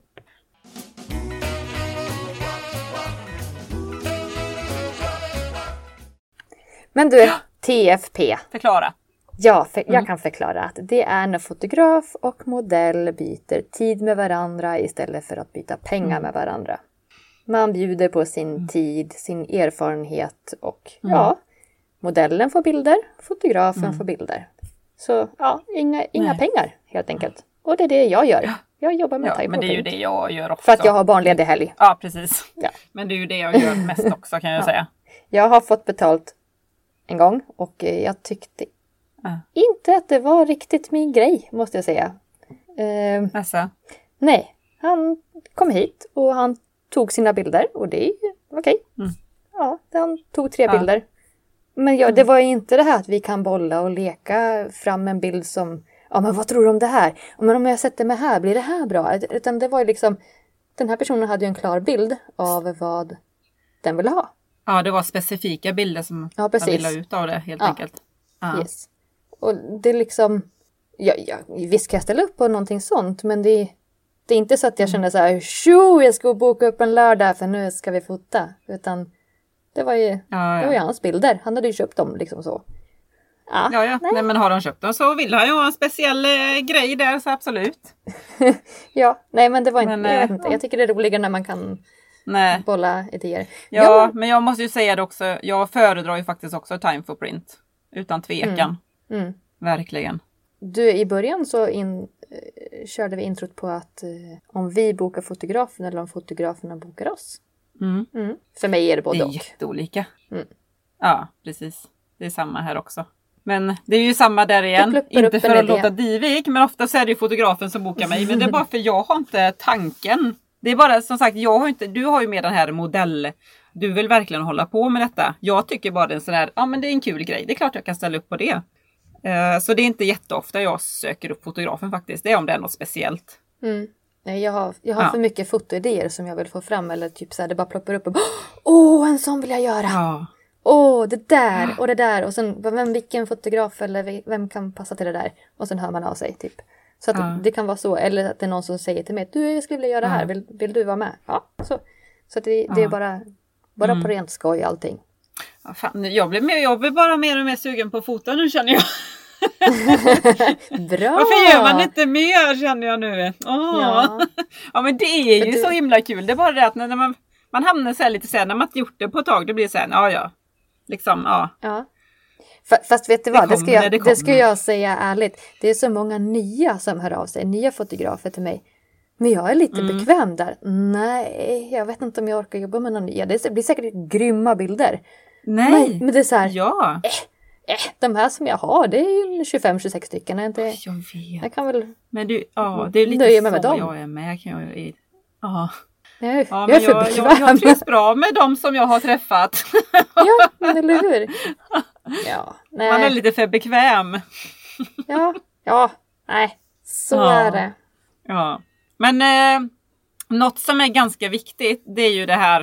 Men du, TFP. Förklara. Ja, jag kan förklara att det är när fotograf och modell byter tid med varandra istället för att byta pengar med varandra. Man bjuder på sin tid, sin erfarenhet och modellen får bilder, fotografen får bilder. Så inga pengar helt enkelt. Och det är det jag gör. Jag jobbar med men det är ju det jag gör också. För att jag har barnledig helg. Ja, precis. Ja. Men det är ju det jag gör mest också kan jag säga. Jag har fått betalt en gång och jag tyckte inte att det var riktigt min grej, måste jag säga. Alltså. Nej, han kom hit och han tog sina bilder och det är okej. Ja, han tog 3 bilder. Men det var inte det här att vi kan bolla och leka fram en bild som, men vad tror du om det här? Men om jag sätter mig här, blir det här bra? Utan det var ju liksom, den här personen hade ju en klar bild av vad den ville ha. Ja, det var specifika bilder som man ville ha ut av det helt enkelt. Ja. Yes. Och det är liksom, visst kan jag ställa upp på någonting sånt, men det är inte så att jag känner så här, jag ska boka upp en lördag för nu ska vi fota. Utan det var ju, det var ju hans bilder. Han hade ju köpt dem liksom så. Nej, men har de köpt dem så vill han ju ha en speciell grej där, så absolut. Men det var inte, jag vet inte. Jag tycker det är roligare när man kan bolla idéer. Ja, men jag måste ju säga det också. Jag föredrar ju faktiskt också Time for Print. Utan tvekan. Verkligen. Du, i början så körde vi introt på att om vi bokar fotografen eller om fotograferna bokar oss. För mig är det både och. Det är jätteolika. Ja, precis. Det är samma här också. Men det är ju samma där igen. Inte för att låta divig, men ofta så är det ju fotografen som bokar mig. Men det är bara för jag har inte tanken. Det är bara som sagt, du har ju med den här modell. Du vill verkligen hålla på med detta. Jag tycker bara det är en sån här, men det är en kul grej. Det är klart jag kan ställa upp på det. Så det är inte jätteofta jag söker upp fotografen faktiskt. Det är om det är något speciellt. Nej, jag har för mycket fotoidéer som jag vill få fram. Eller typ så här, det bara ploppar upp och en sån vill jag göra. Det där och det där. Och sen, vilken fotograf eller vem kan passa till det där? Och sen hör man av sig typ. Så att det kan vara så. Eller att det är någon som säger till mig, jag skulle vilja göra det här. Vill du vara med? Ja, så det är bara på rent skoj allting. Ja, fan, jag blir bara mer och mer sugen på foton nu känner jag. Bra! Varför gör man inte mer känner jag nu? Ja, men det är ju så himla kul. Det är bara det att när man hamnar så här lite sen när man inte gjort det på ett tag, det blir så här, liksom, Fast vet du vad, det ska jag säga ärligt. Det är så många nya som hör av sig, nya fotografer till mig. Men jag är lite bekväm där. Nej, jag vet inte om jag orkar jobba med någon nya. Det blir säkert grymma bilder. Nej, men det är så här, De här som jag har, det är ju 25-26 stycken. Jag vet. Jag kan väl Men du, det är lite så med dem. Jag är med. Ja. Jag är Men för jag trivs bra med dem som jag har träffat. Ja, men eller hur? Ja, nej. Man är lite för bekväm. Nej. Så är det. Ja. Men något som är ganska viktigt, det är ju det här.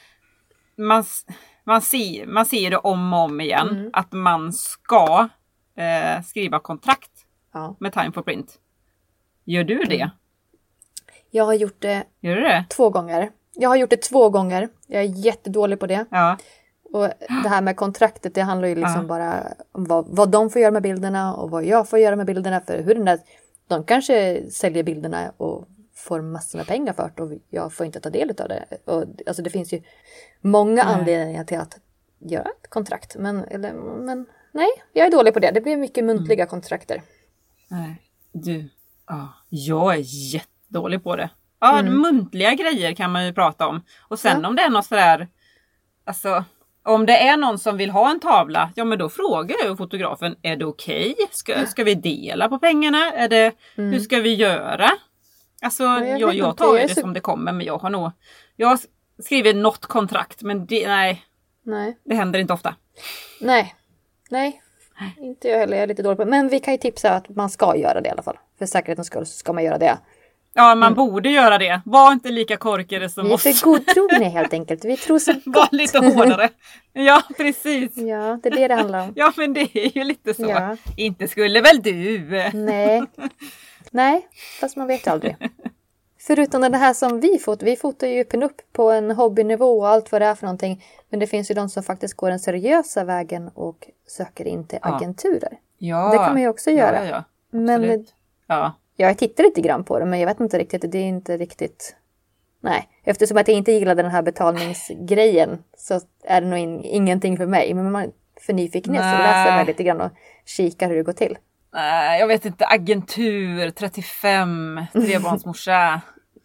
Man ser det om och om igen. Att man ska skriva kontrakt med Time for Print. Gör du det? Jag har gjort det, Gör du det 2 gånger. Jag har gjort det 2 gånger. Jag är jättedålig på det. Ja. Och det här med kontraktet, det handlar ju liksom bara om vad de får göra med bilderna och vad jag får göra med bilderna. För hur de kanske säljer bilderna och får massor med pengar för det och jag får inte ta del av det. Och, alltså det finns ju många anledningar till att göra ett kontrakt. Men nej, jag är dålig på det. Det blir mycket muntliga kontrakter. Nej, jag är jättedålig på det. Ja, muntliga grejer kan man ju prata om. Och sen om det är något sådär, alltså om det är någon som vill ha en tavla, ja men då frågar jag fotografen, är det okej? Ska vi dela på pengarna? Hur ska vi göra? Alltså jag tar ju det som det kommer, men jag har skrivit något kontrakt, men nej. Det händer inte ofta. Nej, inte jag heller, jag är lite dålig på det. Men vi kan ju tipsa att man ska göra det i alla fall. För säkerhetens skull så ska man göra det. Ja, man borde göra det. Var inte lika korkade som oss. Vi är för godtrogna helt enkelt. Vi tror så gott. Var lite hårdare. Ja, precis. Ja, det är det handlar om. Ja, men det är ju lite så. Ja. Inte skulle väl du? Nej, fast man vet aldrig. Förutom det här som vi fotar ju pinup på en hobbynivå och allt vad det är för någonting. Men det finns ju de som faktiskt går den seriösa vägen och söker in till agenturer. Ja. Det kan man ju också göra. Ja. Men jag tittar lite grann på det, men jag vet inte riktigt. Det är inte riktigt. Nej, eftersom att jag inte gillade den här betalningsgrejen så är det nog ingenting för mig. Men man för nyfikenhet så läser man lite grann och kikar hur det går till. Nej, jag vet inte. Agentur, 35, trebarnsmorsa.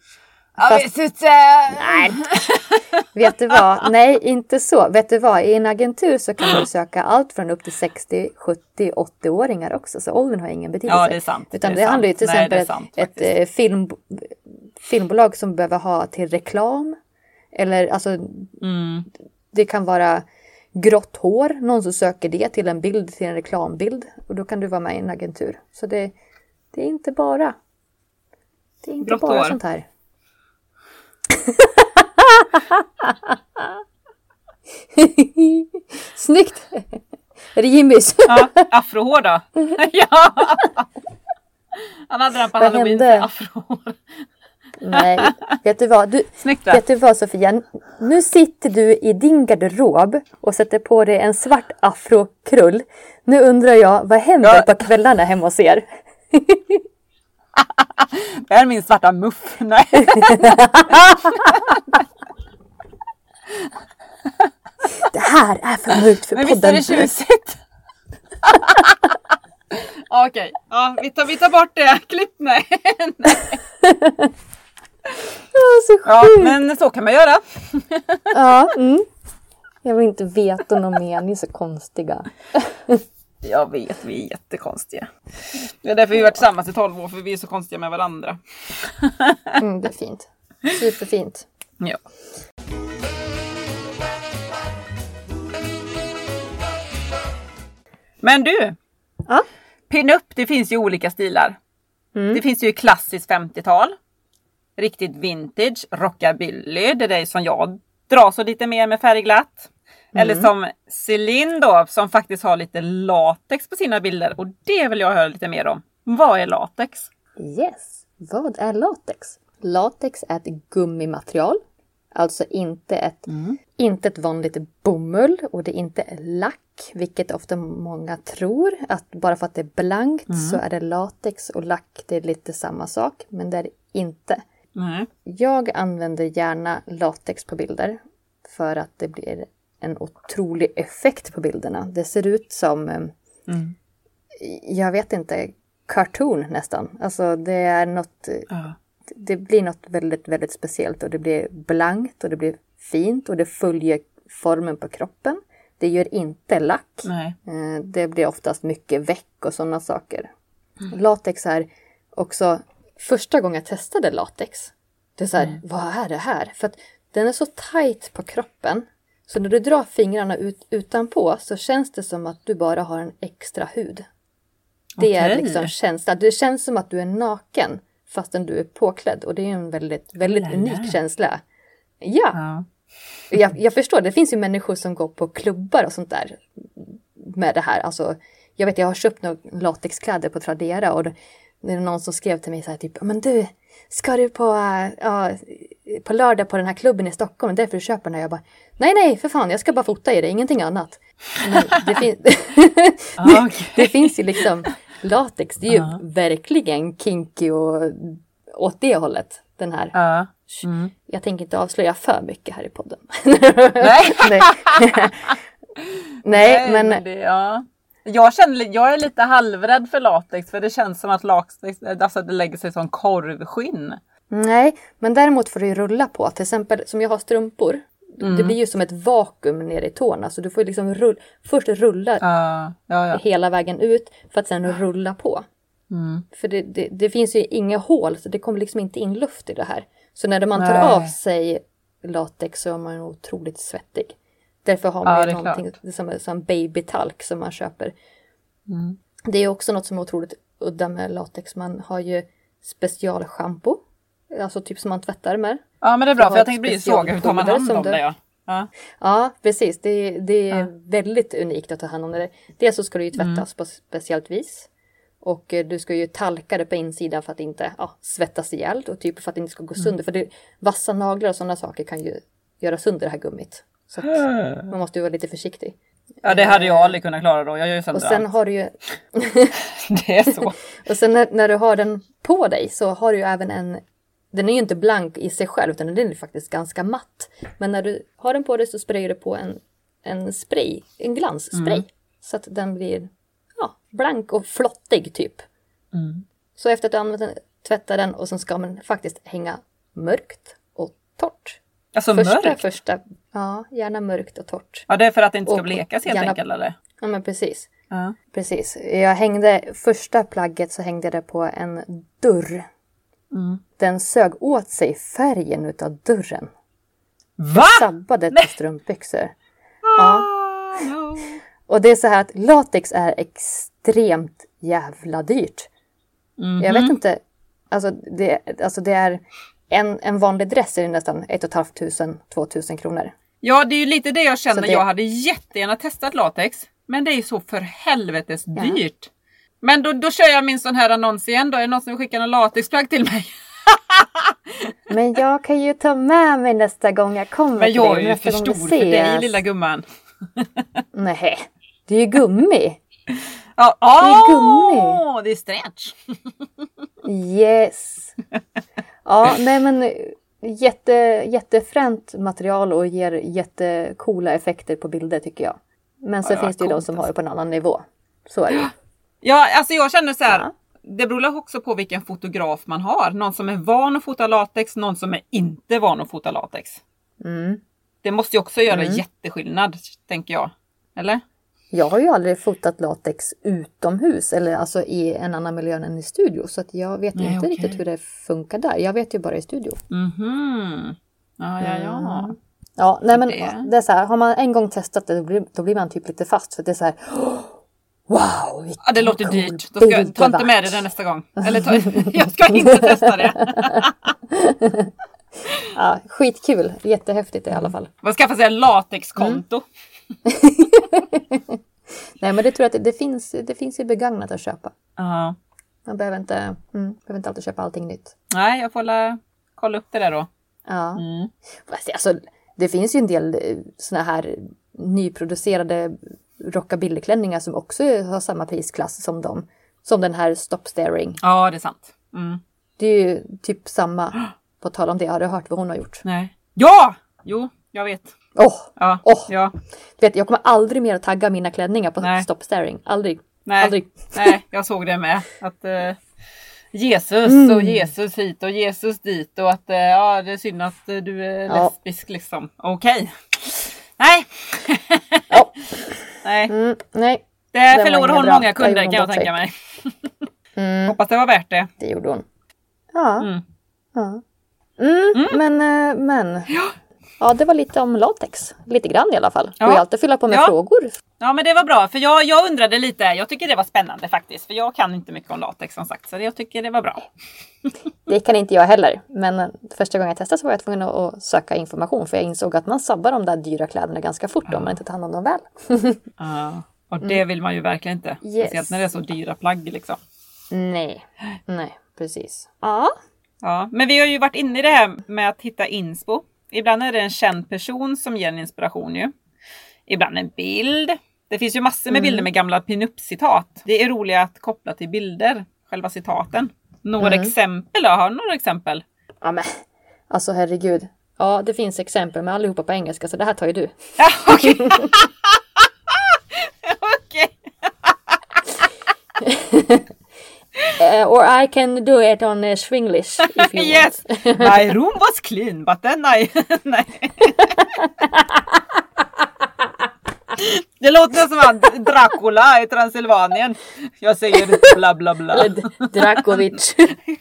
Nej. Vet du vad? Nej, inte så. Vet du vad? I en agentur så kan du söka allt från upp till 60, 70, 80-åringar också. Så åldern har ingen betydelse. Ja, det är sant. Utan det handlar ju till exempel ett filmbolag som behöver ha till reklam. Eller alltså, det kan vara grått hår. Någon som söker det till en bild, till en reklambild. Och då kan du vara med i en agentur. Så det är inte bara. Det är inte grått bara hår. Sånt här. Snyggt. Är det Jimmys? Ja, afrohår då. Ja. Han hade den på Halloween, afrohår. Nej, vet du vad? Snyggt, vet du vad Sofia? Nu sitter du i din garderob och sätter på dig en svart afrokrull. Nu undrar jag, vad händer på kvällarna hemma hos er? Det är min svarta muff. Nej. Det här är för mörkt för podden. Men visst är det tjusigt? Okej, ja, vi tar bort det. Klipp, nej. Så sjukt. Ja, men så kan man göra. Ja, Jag vill inte veta något mer, ni är så konstiga. Jag vet, vi är jättekonstiga. Det är därför vi har varit tillsammans i 12 år, för vi är så konstiga med varandra. Det är fint. Superfint. Ja. Men du, pinup, det finns ju olika stilar. Det finns ju klassiskt 50-tal, riktigt vintage, rockabilly, det är som jag drar så lite mer med färgglatt. Eller som Celine då, som faktiskt har lite latex på sina bilder. Och det vill jag höra lite mer om. Vad är latex? Yes, vad är latex? Latex är ett gummimaterial. Alltså inte ett vanligt bomull och det är inte lack, vilket ofta många tror. Att bara för att det är blankt så är det latex och lack, det är lite samma sak. Men det är det inte. Jag använder gärna latex på bilder för att det blir en otrolig effekt på bilderna. Det ser ut som, jag vet inte, cartoon nästan. Alltså det är något, det blir något väldigt, väldigt speciellt och det blir blankt och det blir fint och det följer formen på kroppen. Det gör inte lack. Nej. Det blir oftast mycket väck och sådana saker. Latex är också... Första gången jag testade latex. Det är så här, vad är det här? För att den är så tajt på kroppen. Så när du drar fingrarna utanpå så känns det som att du bara har en extra hud. Det är liksom känslan. Det känns som att du är naken fastän du är påklädd. Och det är en väldigt, väldigt unik känsla. Ja. Jag förstår. Det finns ju människor som går på klubbar och sånt där med det här. Alltså, jag har köpt några latexkläder på Tradera och det är någon som skrev till mig så här typ, men du, ska du på lördag på den här klubben i Stockholm, därför du köper den här? Jag bara, nej, för fan, jag ska bara fota i det, ingenting annat. Men det finns ju liksom latex, det är ju verkligen kinky och åt det hållet, den här. Jag tänker inte avslöja för mycket här i podden. Nej, men... Jag är lite halvrädd för latex, för det känns som att latex, alltså det lägger sig som korvskinn. Nej, men däremot får du ju rulla på. Till exempel som jag har strumpor. Det blir ju som ett vakuum nere i tårna. Så du får liksom först rulla hela vägen ut för att sen rulla på. För det finns ju inga hål, så det kommer liksom inte in luft i det här. Så när man tar av sig latex så är man otroligt svettig. Därför har man ju någonting som babytalk som man köper. Det är också något som är otroligt udda med latex. Man har ju specialshampoo. Alltså typ som man tvättar med. Ja, men det är bra, för jag tänkte bli fråga, hur tar man hand om det? Ja, precis. Det är väldigt unikt att ta hand om det. Dels så ska det ju tvättas på speciellt vis. Och du ska ju talka det på insidan för att inte svettas ihjäl. Och typ för att det inte ska gå sönder. För vassa naglar och sådana saker kan ju göra sönder det här gummit. Så att man måste ju vara lite försiktig. Ja, det hade jag aldrig kunnat klara då. Jag gör ju sönder. Och sen har du ju... Det är så. Och sen när du har den på dig så har du ju även en... Den är ju inte blank i sig själv, utan den är faktiskt ganska matt. Men när du har den på dig så sprayar du på en spray, en glansspray. Så att den blir blank och flottig typ. Så efter att du använt den, tvätta den och sen ska man faktiskt hänga mörkt och torrt. Alltså mörkt? Ja, gärna mörkt och torrt. Ja, det är för att det inte ska blekas helt enkelt, eller? Ja, men precis. Precis. Jag hängde, första plagget så hängde det på en dörr. Den sög åt sig färgen utav dörren. Va? Sabbade till strumpbyxor. Ja. No. Och det är så här att latex är extremt jävla dyrt. Jag vet inte. Alltså det är en vanlig dress är nästan 1 500-2 000 kronor. Ja, det är ju lite det jag känner. Jag hade jättegärna testat latex. Men det är ju så för helvetes dyrt. Men då kör jag min sån här annons igen då. Är det någon som vill skicka en latexplagg till mig? Men jag kan ju ta med mig nästa gång jag kommer till dig. Men jag är ju för stor för dig, lilla gumman. Nej, det är ju gummi. Ja, det är gummi. Det är stretch. Yes. Ja, nej men jättefränt material och ger jättecoola effekter på bilder tycker jag. Men så finns det ju de som har det på en annan nivå. Så är det. Ja, alltså jag känner så här. Det beror också på vilken fotograf man har. Någon som är van att fota latex, någon som är inte van att fota latex. Det måste ju också göra jätteskillnad, tänker jag. Eller? Jag har ju aldrig fotat latex utomhus, eller alltså i en annan miljö än i studio. Så att jag vet inte riktigt hur det funkar där. Jag vet ju bara i studio. Ja. Ja, nej men det är så här, har man en gång testat det, då blir man typ lite fast. För det är så här, wow, ja, det låter dyrt. Då ska jag ta inte med det nästa gång. Eller jag ska inte testa det. Ja, skitkul. Jättehäftigt i alla fall. Man skaffar sig en latexkonto. Nej, men det tror jag att det finns ju begagnat att köpa. Man behöver inte alltid köpa allting nytt. Nej, jag får kolla upp det där då. Ja. Alltså, det finns ju en del såna här nyproducerade rockabillyklänningar som också har samma prisklass som den här Stop Staring. Ja, det är sant. Det är ju typ samma. På tal om det, har du hört vad hon har gjort? Nej. Ja! Jo, jag vet. Ja. Vet, jag kommer aldrig mer att tagga mina klänningar på Stop Staring. Aldrig. Nej, jag såg det med. Att Jesus och Jesus hit och Jesus dit. Och att det är synd att du är lesbisk liksom. Okej. Nej. Nej. Nej. Det förlorade hon många kunder kan jag tänka mig. Hoppas det var värt det. Det gjorde hon. Ja. Men. Ja, det var lite om latex. Lite grann i alla fall. Ja. Och jag alltid fylla på med frågor. Ja, men det var bra. För jag undrade lite. Jag tycker det var spännande faktiskt. För jag kan inte mycket om latex som sagt. Så jag tycker det var bra. Det kan inte jag heller. Men första gången jag testade så var jag tvungen att söka information. För jag insåg att man sabbar de där dyra kläderna ganska fort om man inte tar hand om dem väl. Ja, och det vill man ju verkligen inte. Speciellt när det är så dyra plagg liksom. Nej, precis. Ja. Ja, men vi har ju varit inne i det här med att hitta inspo. Ibland är det en känd person som ger en inspiration ju. Ibland en bild. Det finns ju massor med bilder med gamla pinup-citat. Det är roligt att koppla till bilder, själva citaten. Några exempel då? Har du några exempel? Ja men, alltså herregud. Ja, det finns exempel med allihopa på engelska så det här tar ju du. Ja, okej. Okej. Or I can do it on Swinglish if you yes. want. My room was clean, but then nej. Det låter som att Dracula i Transylvanien. Jag säger bla bla bla. Eller Drakovic.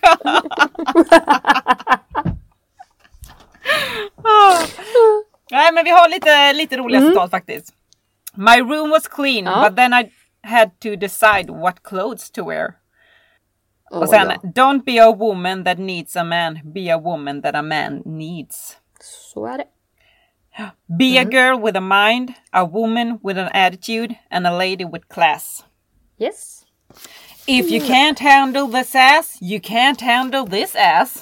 Nej, men vi har lite roliga citat faktiskt. My room was clean, but then I had to decide what clothes to wear. Och sen, don't be a woman that needs a man, be a woman that a man needs. Så är det. Be a girl with a mind, a woman with an attitude, and a lady with class. Yes. If you can't handle this ass, you can't handle this ass.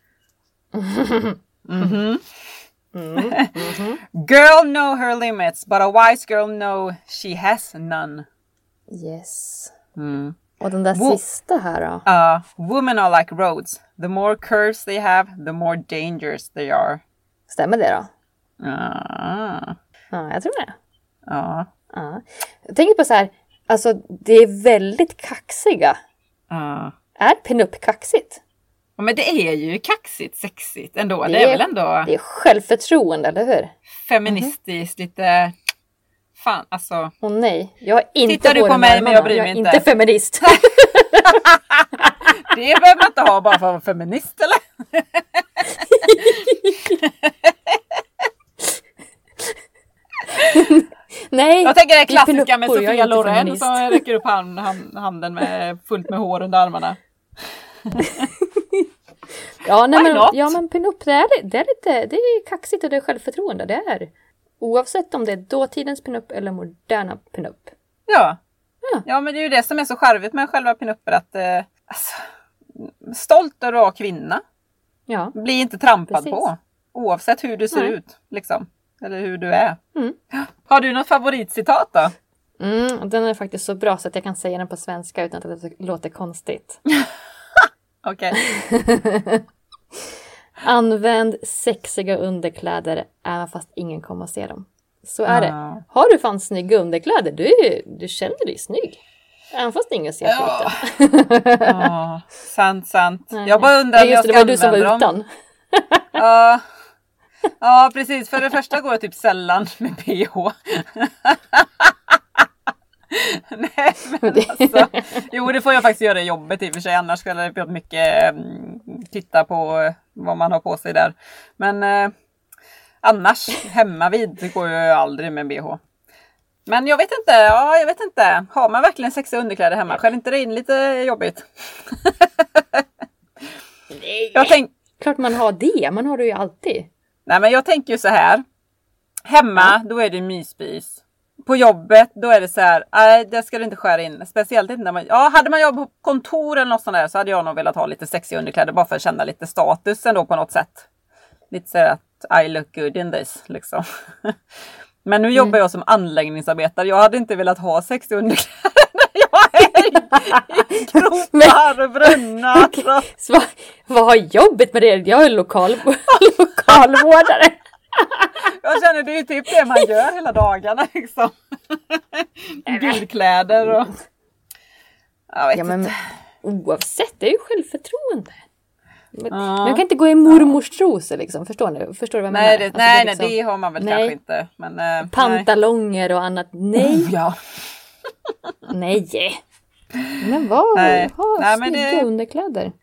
Girl know her limits, but a wise girl know she has none. Yes. Och den där sista här då? Women are like roads. The more curves they have, the more dangerous they are. Stämmer det då? Ja, jag tror det. Ja. Jag tänker på så här, alltså det är väldigt kaxiga. Är pinup kaxigt? Ja, men det är ju kaxigt, sexigt ändå. Det är väl ändå... Det är självförtroende, eller hur? Feministiskt, lite... Fan, alltså... Åh nej, jag har inte... Tittar du på mig, men jag bryr mig inte. Jag är inte feminist. Det behöver man inte ha bara för att vara feminist, eller? Nej. Jag tänker det klassiska med Sofia Loren som räcker upp handen med fullt med hår under armarna. men pinup, det är kaxigt och det är självförtroende. Det är oavsett om det är dåtidens pinup eller moderna pinup. Ja, men det är ju det som är så charmigt med själva pinupper att stolt att vara kvinna. Ja. Bli inte trampad på. Oavsett hur du ser ut liksom. Eller hur du är. Har du något favoritcitat då? Den är faktiskt så bra så att jag kan säga den på svenska utan att det låter konstigt. Okej. Använd sexiga underkläder även fast ingen kommer att se dem. Så är det. Har du fan snygga underkläder, du känner dig snygg. Även fast ingen ser skiten. Sant. Jag bara undrar om jag ska använda dem. Det var du som var utan. Ja, precis. För det första går jag typ sällan med PH. Nej, men alltså. Jo, det får jag faktiskt göra i jobbet i och för sig. Annars skulle det bli mycket titta på vad man har på sig där. Men annars, hemma vid går jag aldrig med BH. Men jag vet inte. Har man verkligen sexiga underkläder hemma? Skäller inte det in lite jobbigt? Nej, klart man har det. Man har det ju alltid. Nej, men jag tänker ju så här. Hemma, då är det myspis. På jobbet, då är det så här. Nej, det ska du inte skära in. Speciellt inte när man... Ja, hade man jobbat på kontor eller något sånt där så hade jag nog velat ha lite sexiga underkläder. Bara för att känna lite status ändå på något sätt. Lite så här att I look good in this, liksom. Men nu jobbar jag som anläggningsarbetare. Jag hade inte velat ha sexiga underkläder. Jag är i gropar och brunnar. Så vad har jobbet med det? Jag är lokalvårdare. Jag känner det är ju typ det man gör hela dagarna liksom. Guldkläder och... Jag vet inte. Oavsett, det är ju självförtroende. Man kan inte gå i mormors trosor liksom. Förstår du vad jag menar? Nej, det har man väl kanske inte. Men, pantalonger och annat. Nej. Ja. Nej. Men vad? Ha snygga underkläder.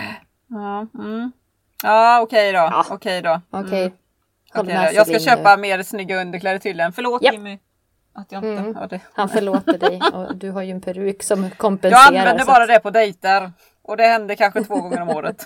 Ja, okej då. Ja. Okej då. Okej. Jag ska köpa mer snygga underkläder tydligen. Förlåt Jimmy. Att jag inte hörde. Han förlåter dig. Och du har ju en peruk som kompenserar. Jag använder bara det på dejter. Och det händer kanske 2 gånger om året.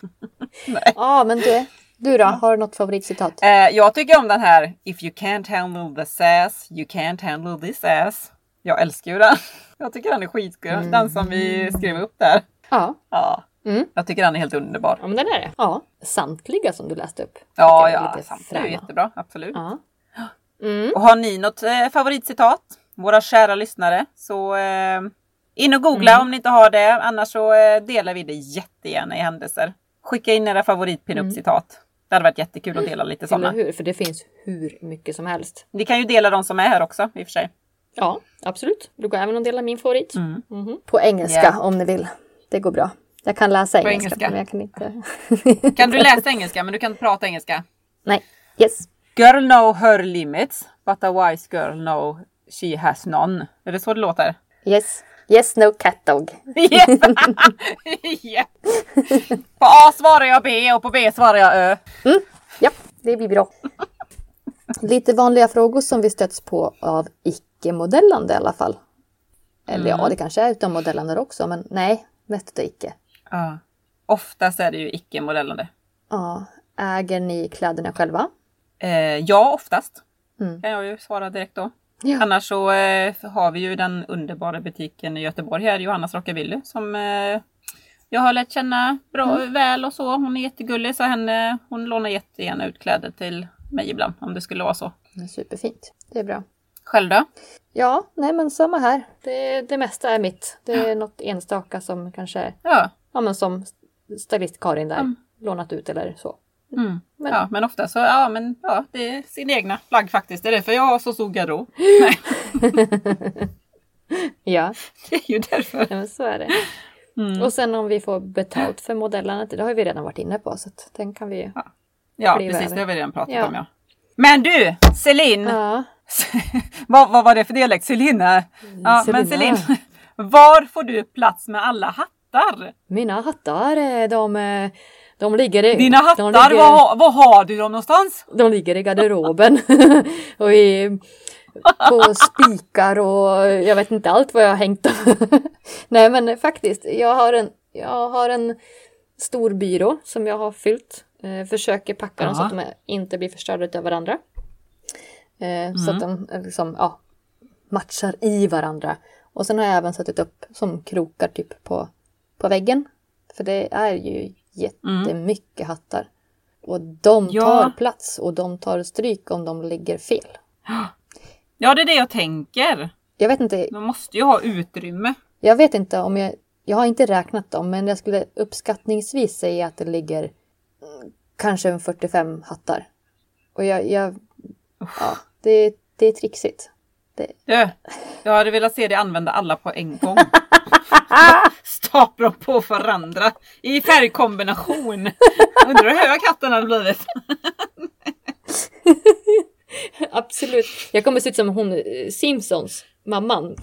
Ja, men du då? Har du något favoritcitat? Jag tycker om den här. If you can't handle the sass, you can't handle this ass. Jag älskar ju den. Jag tycker den är skitskön. Den som vi skrev upp där. Ja. Jag tycker den är helt underbar. Ja, men den är det. Ja. Samtliga som du läste upp. Ja, samtliga är jättebra. Absolut. Ja. Och har ni något favoritcitat? Våra kära lyssnare. Så in och googla om ni inte har det. Annars så delar vi det jättegärna i händelser. Skicka in era favorit-pinup-citat. Det hade varit jättekul att dela lite sådana. Eller hur? För det finns hur mycket som helst. Ni kan ju dela de som är här också i och för sig. Ja, absolut. Du går även att dela min favorit. På engelska om ni vill. Det går bra. Jag kan läsa engelska. Men jag kan inte. Kan du läsa engelska men du kan inte prata engelska? Nej. Yes. Girl know her limits, but a wise girl know she has none. Är det så det låter? Yes. Yes, no cat dog. Yes. Yeah. På A svarar jag B och på B svarar jag Ö. Ja, det blir bra. Lite vanliga frågor som vi stöts på av icke-modellande i alla fall. Eller ja, det kanske är utan modellande också, men nej, mest är icke. Ja. Oftast är det ju icke-modellande. Ja. Äger ni kläderna själva? Ja, oftast. Kan jag ju svara direkt då. Ja. Annars så har vi ju den underbara butiken i Göteborg här, Johannas Rockabilly, som jag har lärt känna bra väl och så. Hon är jättegullig så hon lånar jättegärna ut kläder till mig ibland om det skulle vara så. Superfint, det är bra. Själv då? Ja, nej men samma här. Det mesta är mitt. Det är något enstaka som kanske men som stylist Karin där lånat ut eller så. Men ofta så det är sin egna plagg faktiskt. Det är därför jag har så stor garderob. Ja. Det är ju därför. Ja, men så är det. Och sen om vi får betalt för modellerna, det har vi redan varit inne på så att den kan vi Ja, precis, det har vi redan pratat om. Ja. Men du, Celine! Ja. vad var det för dialekt? Celine? Ja, men Celine, var får du plats med alla hattar? Mina hattar, de ligger i... Dina hattar, var har du dem någonstans? De ligger i garderoben. Och på spikar och jag vet inte allt vad jag har hängt dem. Nej men faktiskt, jag har en stor byrå som jag har fyllt. Försöker packa dem så att de inte blir förstörda av varandra. Så att de liksom, matchar i varandra. Och sen har jag även satt upp som krokar typ på väggen. För det är ju jättemycket hattar. Och de tar plats och de tar stryk om de ligger fel. Ja, det är det jag tänker. Jag vet inte. De måste ju ha utrymme. Jag vet inte om jag har inte räknat dem. Men jag skulle uppskattningsvis säga att det ligger kanske 45 hattar. Och det är trixigt. Jag hade velat se dig använda alla på en gång. Stapla på varandra i färgkombination. Undrar hur hög hatten hade blivit. Absolut. Jag kommer se ut som hon Simpsons mamman.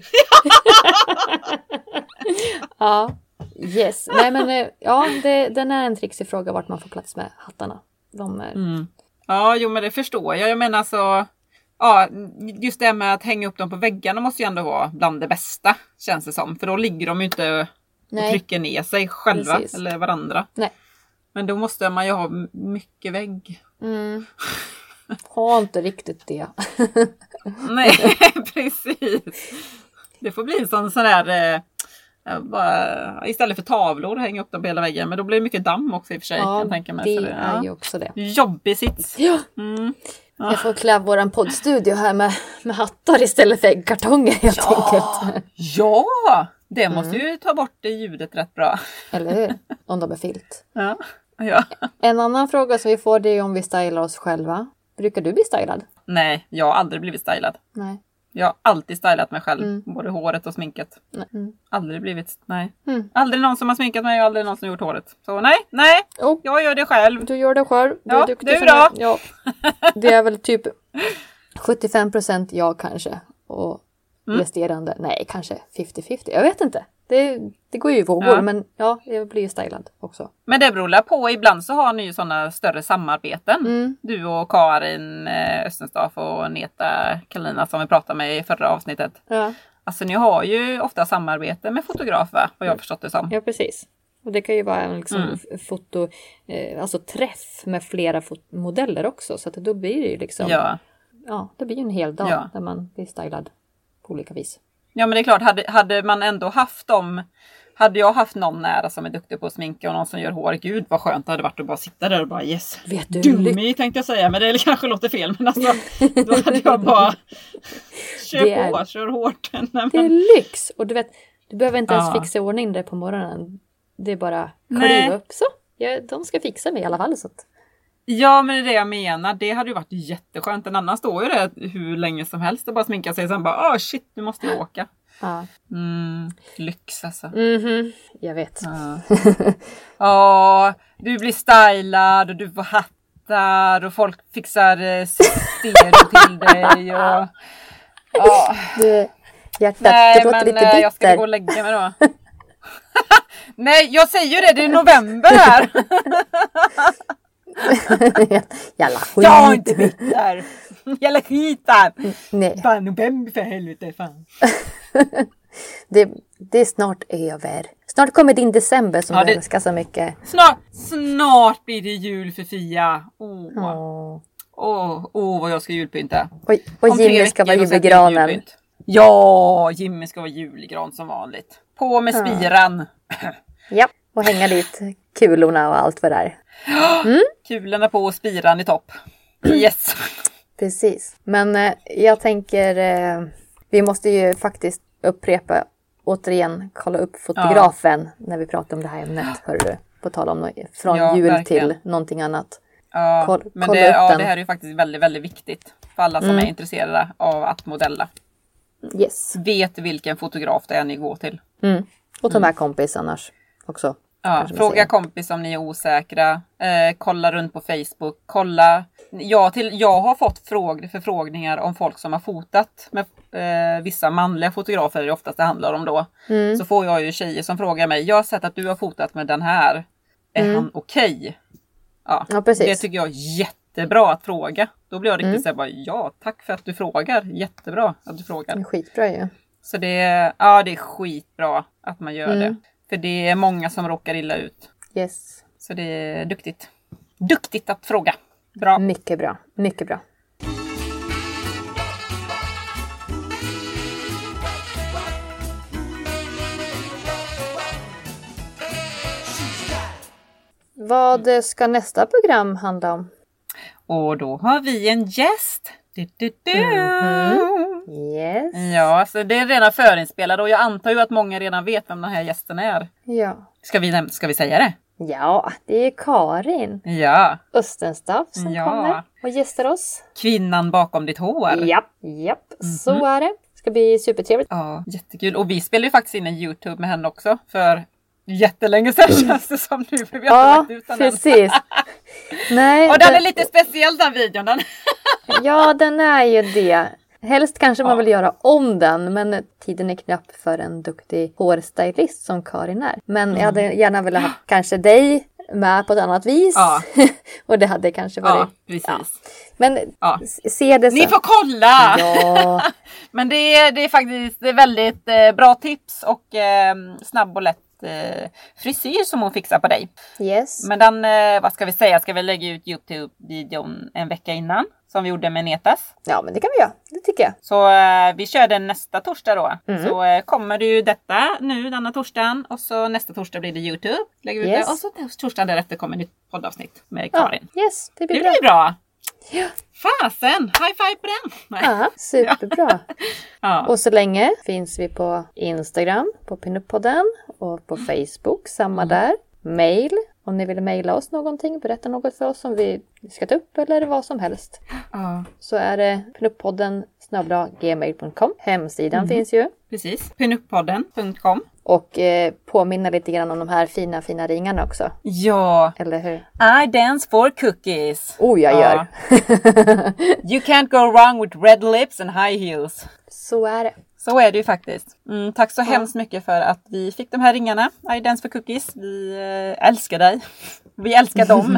Ja. Yes. Nej men den är en trixig fråga vart man får plats med hattarna. De är... Ja, men det förstår jag. Jag menar så... Ja, just det med att hänga upp dem på väggarna måste ju ändå vara bland det bästa, känns det som. För då ligger de ju inte och trycker ner sig själva eller varandra. Nej. Men då måste man ju ha mycket vägg. Har inte riktigt det. Nej, precis. Det får bli en sån där... istället för tavlor hänga upp dem på hela väggen. Men då blir det mycket damm också i och för sig. Ja, kan tänka mig. Det är ju också det. Jobbig sits. Ja. Jag får klä våran poddstudio här med hattar istället för äggkartonger helt enkelt. Ja, det måste ju ta bort det ljudet rätt bra. Eller hur? Om de är filt. Ja. En annan fråga som vi får det är om vi stylar oss själva. Brukar du bli stylad? Nej, jag har aldrig blivit stylad. Nej. Jag har alltid stylat mig själv. Både håret och sminket. Aldrig blivit, nej. Aldrig någon som har sminkat mig och aldrig någon som har gjort håret. Så nej. Jag gör det själv. Du gör det själv. Du är duktig. Du då? Ja. Det är väl typ 75% jag kanske. Och resterande, nej kanske 50-50. Jag vet inte. Det går ju i vågor, men ja, jag blir ju stylad också. Men det beror på, ibland så har ni ju sådana större samarbeten. Du och Karin Östenstaff och Neta Kalina som vi pratade med i förra avsnittet. Ja. Alltså ni har ju ofta samarbete med fotografer, vad jag har förstått det som. Ja, precis. Och det kan ju vara en liksom foto, alltså träff med flera modeller också. Så att då blir det ju liksom, ja det blir ju en hel dag där man blir stylad på olika vis. Ja, men det är klart, hade man ändå haft dem, hade jag haft någon nära som är duktig på att sminka och någon som gör hår, gud vad skönt det hade varit att bara sitta där och bara yes. Vet du, dummy tänkte jag säga, men det kanske låter fel, men alltså då hade jag bara kör hårt. Det är lyx, och du vet, du behöver inte ens fixa ordning där på morgonen. Det är bara kliva upp så. Ja, de ska fixa mig i alla fall så att... Ja, men det är det jag menar. Det hade ju varit jätteskönt. En annan står ju det hur länge som helst och bara sminka sig. Sen bara, shit, nu måste jag åka. Ja. Lyx alltså. Jag vet. Ja, du blir stylad och du får hattar och folk fixar stereo till dig. Och, Du, hjärtat, nej, det låter lite bitter. Jag ska gå och lägga mig då. Nej, jag säger ju det är november här. Jävla skit. Jag är inte bitter. Jävla skit där. Nej. Fan, november för helvete, fan. Det är snart över. Snart kommer din december som du älskar så mycket. Snart blir det jul för Fia. Vad jag ska julpynta. Och Jimmy ska vara julgranen. Ja, Jimmy ska vara julgran som vanligt. På med spiran. Ja, och hänga dit kulorna och allt vad det är. Kulorna på och spiran i topp. Yes. Precis. Men jag tänker, vi måste ju faktiskt upprepa, återigen, kolla upp fotografen när vi pratar om det här ämnet. Hör du, på tal om från jul verkligen. till någonting annat. Ja, men det här är ju faktiskt väldigt, väldigt viktigt för alla som är intresserade av att modella. Yes. Vet vilken fotograf det är ni går till. Och ta med kompis annars också. Ja, fråga kompis om ni är osäkra. Kolla runt på Facebook. Kolla. Jag har fått förfrågningar om folk som har fotat med vissa manliga fotografer. Det oftast det handlar om då. Så får jag ju tjejer som frågar mig. Jag har sett att du har fotat med den här. Är han okej? Ja, precis. Det tycker jag är jättebra att fråga. Då blir jag riktigt så här bara, ja, tack för att du frågar. Jättebra att du frågar. Det är skitbra ju. Så det är skitbra att man gör det. För det är många som råkar illa ut. Yes. Så det är duktigt. Duktigt att fråga. Bra. Mycket bra. Mycket bra. Vad ska nästa program handla om? Och då har vi en gäst. Yes. Ja, så det är redan förinspelad och jag antar ju att många redan vet vem den här gästen är. Ja. Ska vi säga det? Ja, det är Karin Östenstaff som kommer och gästar oss. Kvinnan bakom ditt hår. Japp. Så är det. Ska bli supertrevligt. Ja, jättekul. Och vi spelar ju faktiskt in en YouTube med henne också för jättelänge sedan känns det som nu. För vi har lagt ut den precis. Nej, och den är lite speciell den videon. Ja, den är ju det. Helst kanske man vill göra om den, men tiden är knapp för en duktig hårstylist som Karin är. Men jag hade gärna velat ha kanske dig med på ett annat vis. Ja. Och det hade kanske varit... Ja, precis. Ja. Men se det så. Ni får kolla! Ja. Men det är faktiskt väldigt bra tips och snabb och lätt frisyr som hon fixar på dig. Yes. Men den, vad ska vi säga? Ska vi lägga ut YouTube-videon en vecka innan? Som vi gjorde med Netas. Ja, men det kan vi göra. Det tycker jag. Så vi kör den nästa torsdag då. Så kommer det ju detta nu denna torsdagen. Och så nästa torsdag blir det YouTube. Lägger vi ut det. Och så torsdagen därefter kommer ett poddavsnitt med Karin. Ja, yes, det blir bra. Ja. Fasen, high five på den. Ja, superbra. Och så länge finns vi på Instagram, på Pinup-podden och på Facebook, samma där. Mail, Om ni vill mejla oss någonting, berätta något för oss som vi ska ta upp eller vad som helst. Så är det pinuppodden@gmail.com. Hemsidan finns ju. Precis, pinuppodden.com. Och påminna lite grann om de här fina ringarna också. Ja. Eller hur? I dance for cookies. Jag gör. You can't go wrong with red lips and high heels. Så är det. Så är det ju faktiskt. Tack så hemskt mycket för att vi fick de här ringarna. I dance for cookies. Vi älskar dig. Vi älskar dem.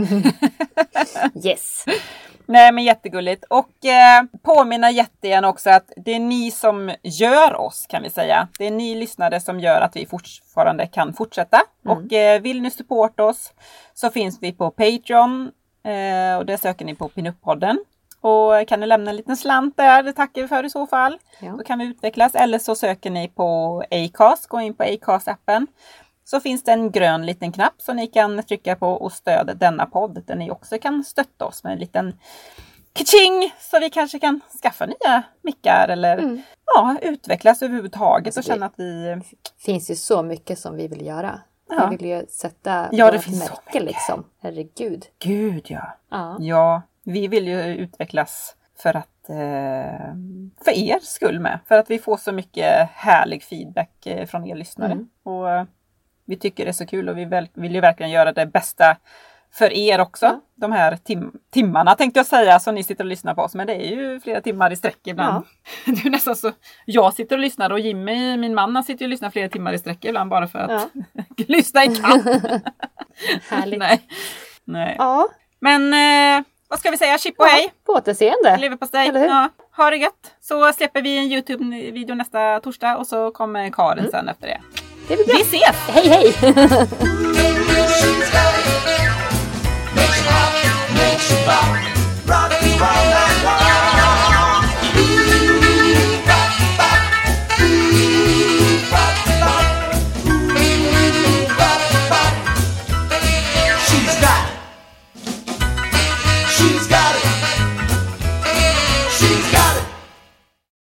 Yes. Nej, men jättegulligt. Och påminna jättegärna också att det är ni som gör oss, kan vi säga. Det är ni lyssnare som gör att vi fortfarande kan fortsätta. Och vill ni supporta oss så finns vi på Patreon. Och det söker ni på Pinuppodden. Och kan ni lämna en liten slant där, det tackar vi för i så fall. Ja. Då kan vi utvecklas. Eller så söker ni på Acast, gå in på Acast-appen. Så finns det en grön liten knapp som ni kan trycka på och stödja denna podd. Där ni också kan stötta oss med en liten kaching. Så vi kanske kan skaffa nya mickar eller utvecklas överhuvudtaget. Alltså, och känna att vi... Det finns ju så mycket som vi vill göra. Ja. Vi vill ju sätta det finns märke liksom. Herregud. Gud ja. Vi vill ju utvecklas för att för er skull med. För att vi får så mycket härlig feedback från er lyssnare. Och vi tycker det är så kul och vi vill ju verkligen göra det bästa för er också. Ja. De här timmarna tänkte jag säga som ni sitter och lyssnar på oss. Men det är ju flera timmar i sträck ibland. Ja. Det är nästan så. Jag sitter och lyssnar och Jimmy, min man, han sitter och lyssnar flera timmar i sträck ibland bara för att lyssna i kapp. Härligt. Nej. Ja. Men vad ska vi säga? Chip och hej. På återseende. Leverpastej. Ja, ha det gött. Så släpper vi en YouTube-video nästa torsdag och så kommer Karin sen efter det. Det blir bra. Vi ses! Hej hej!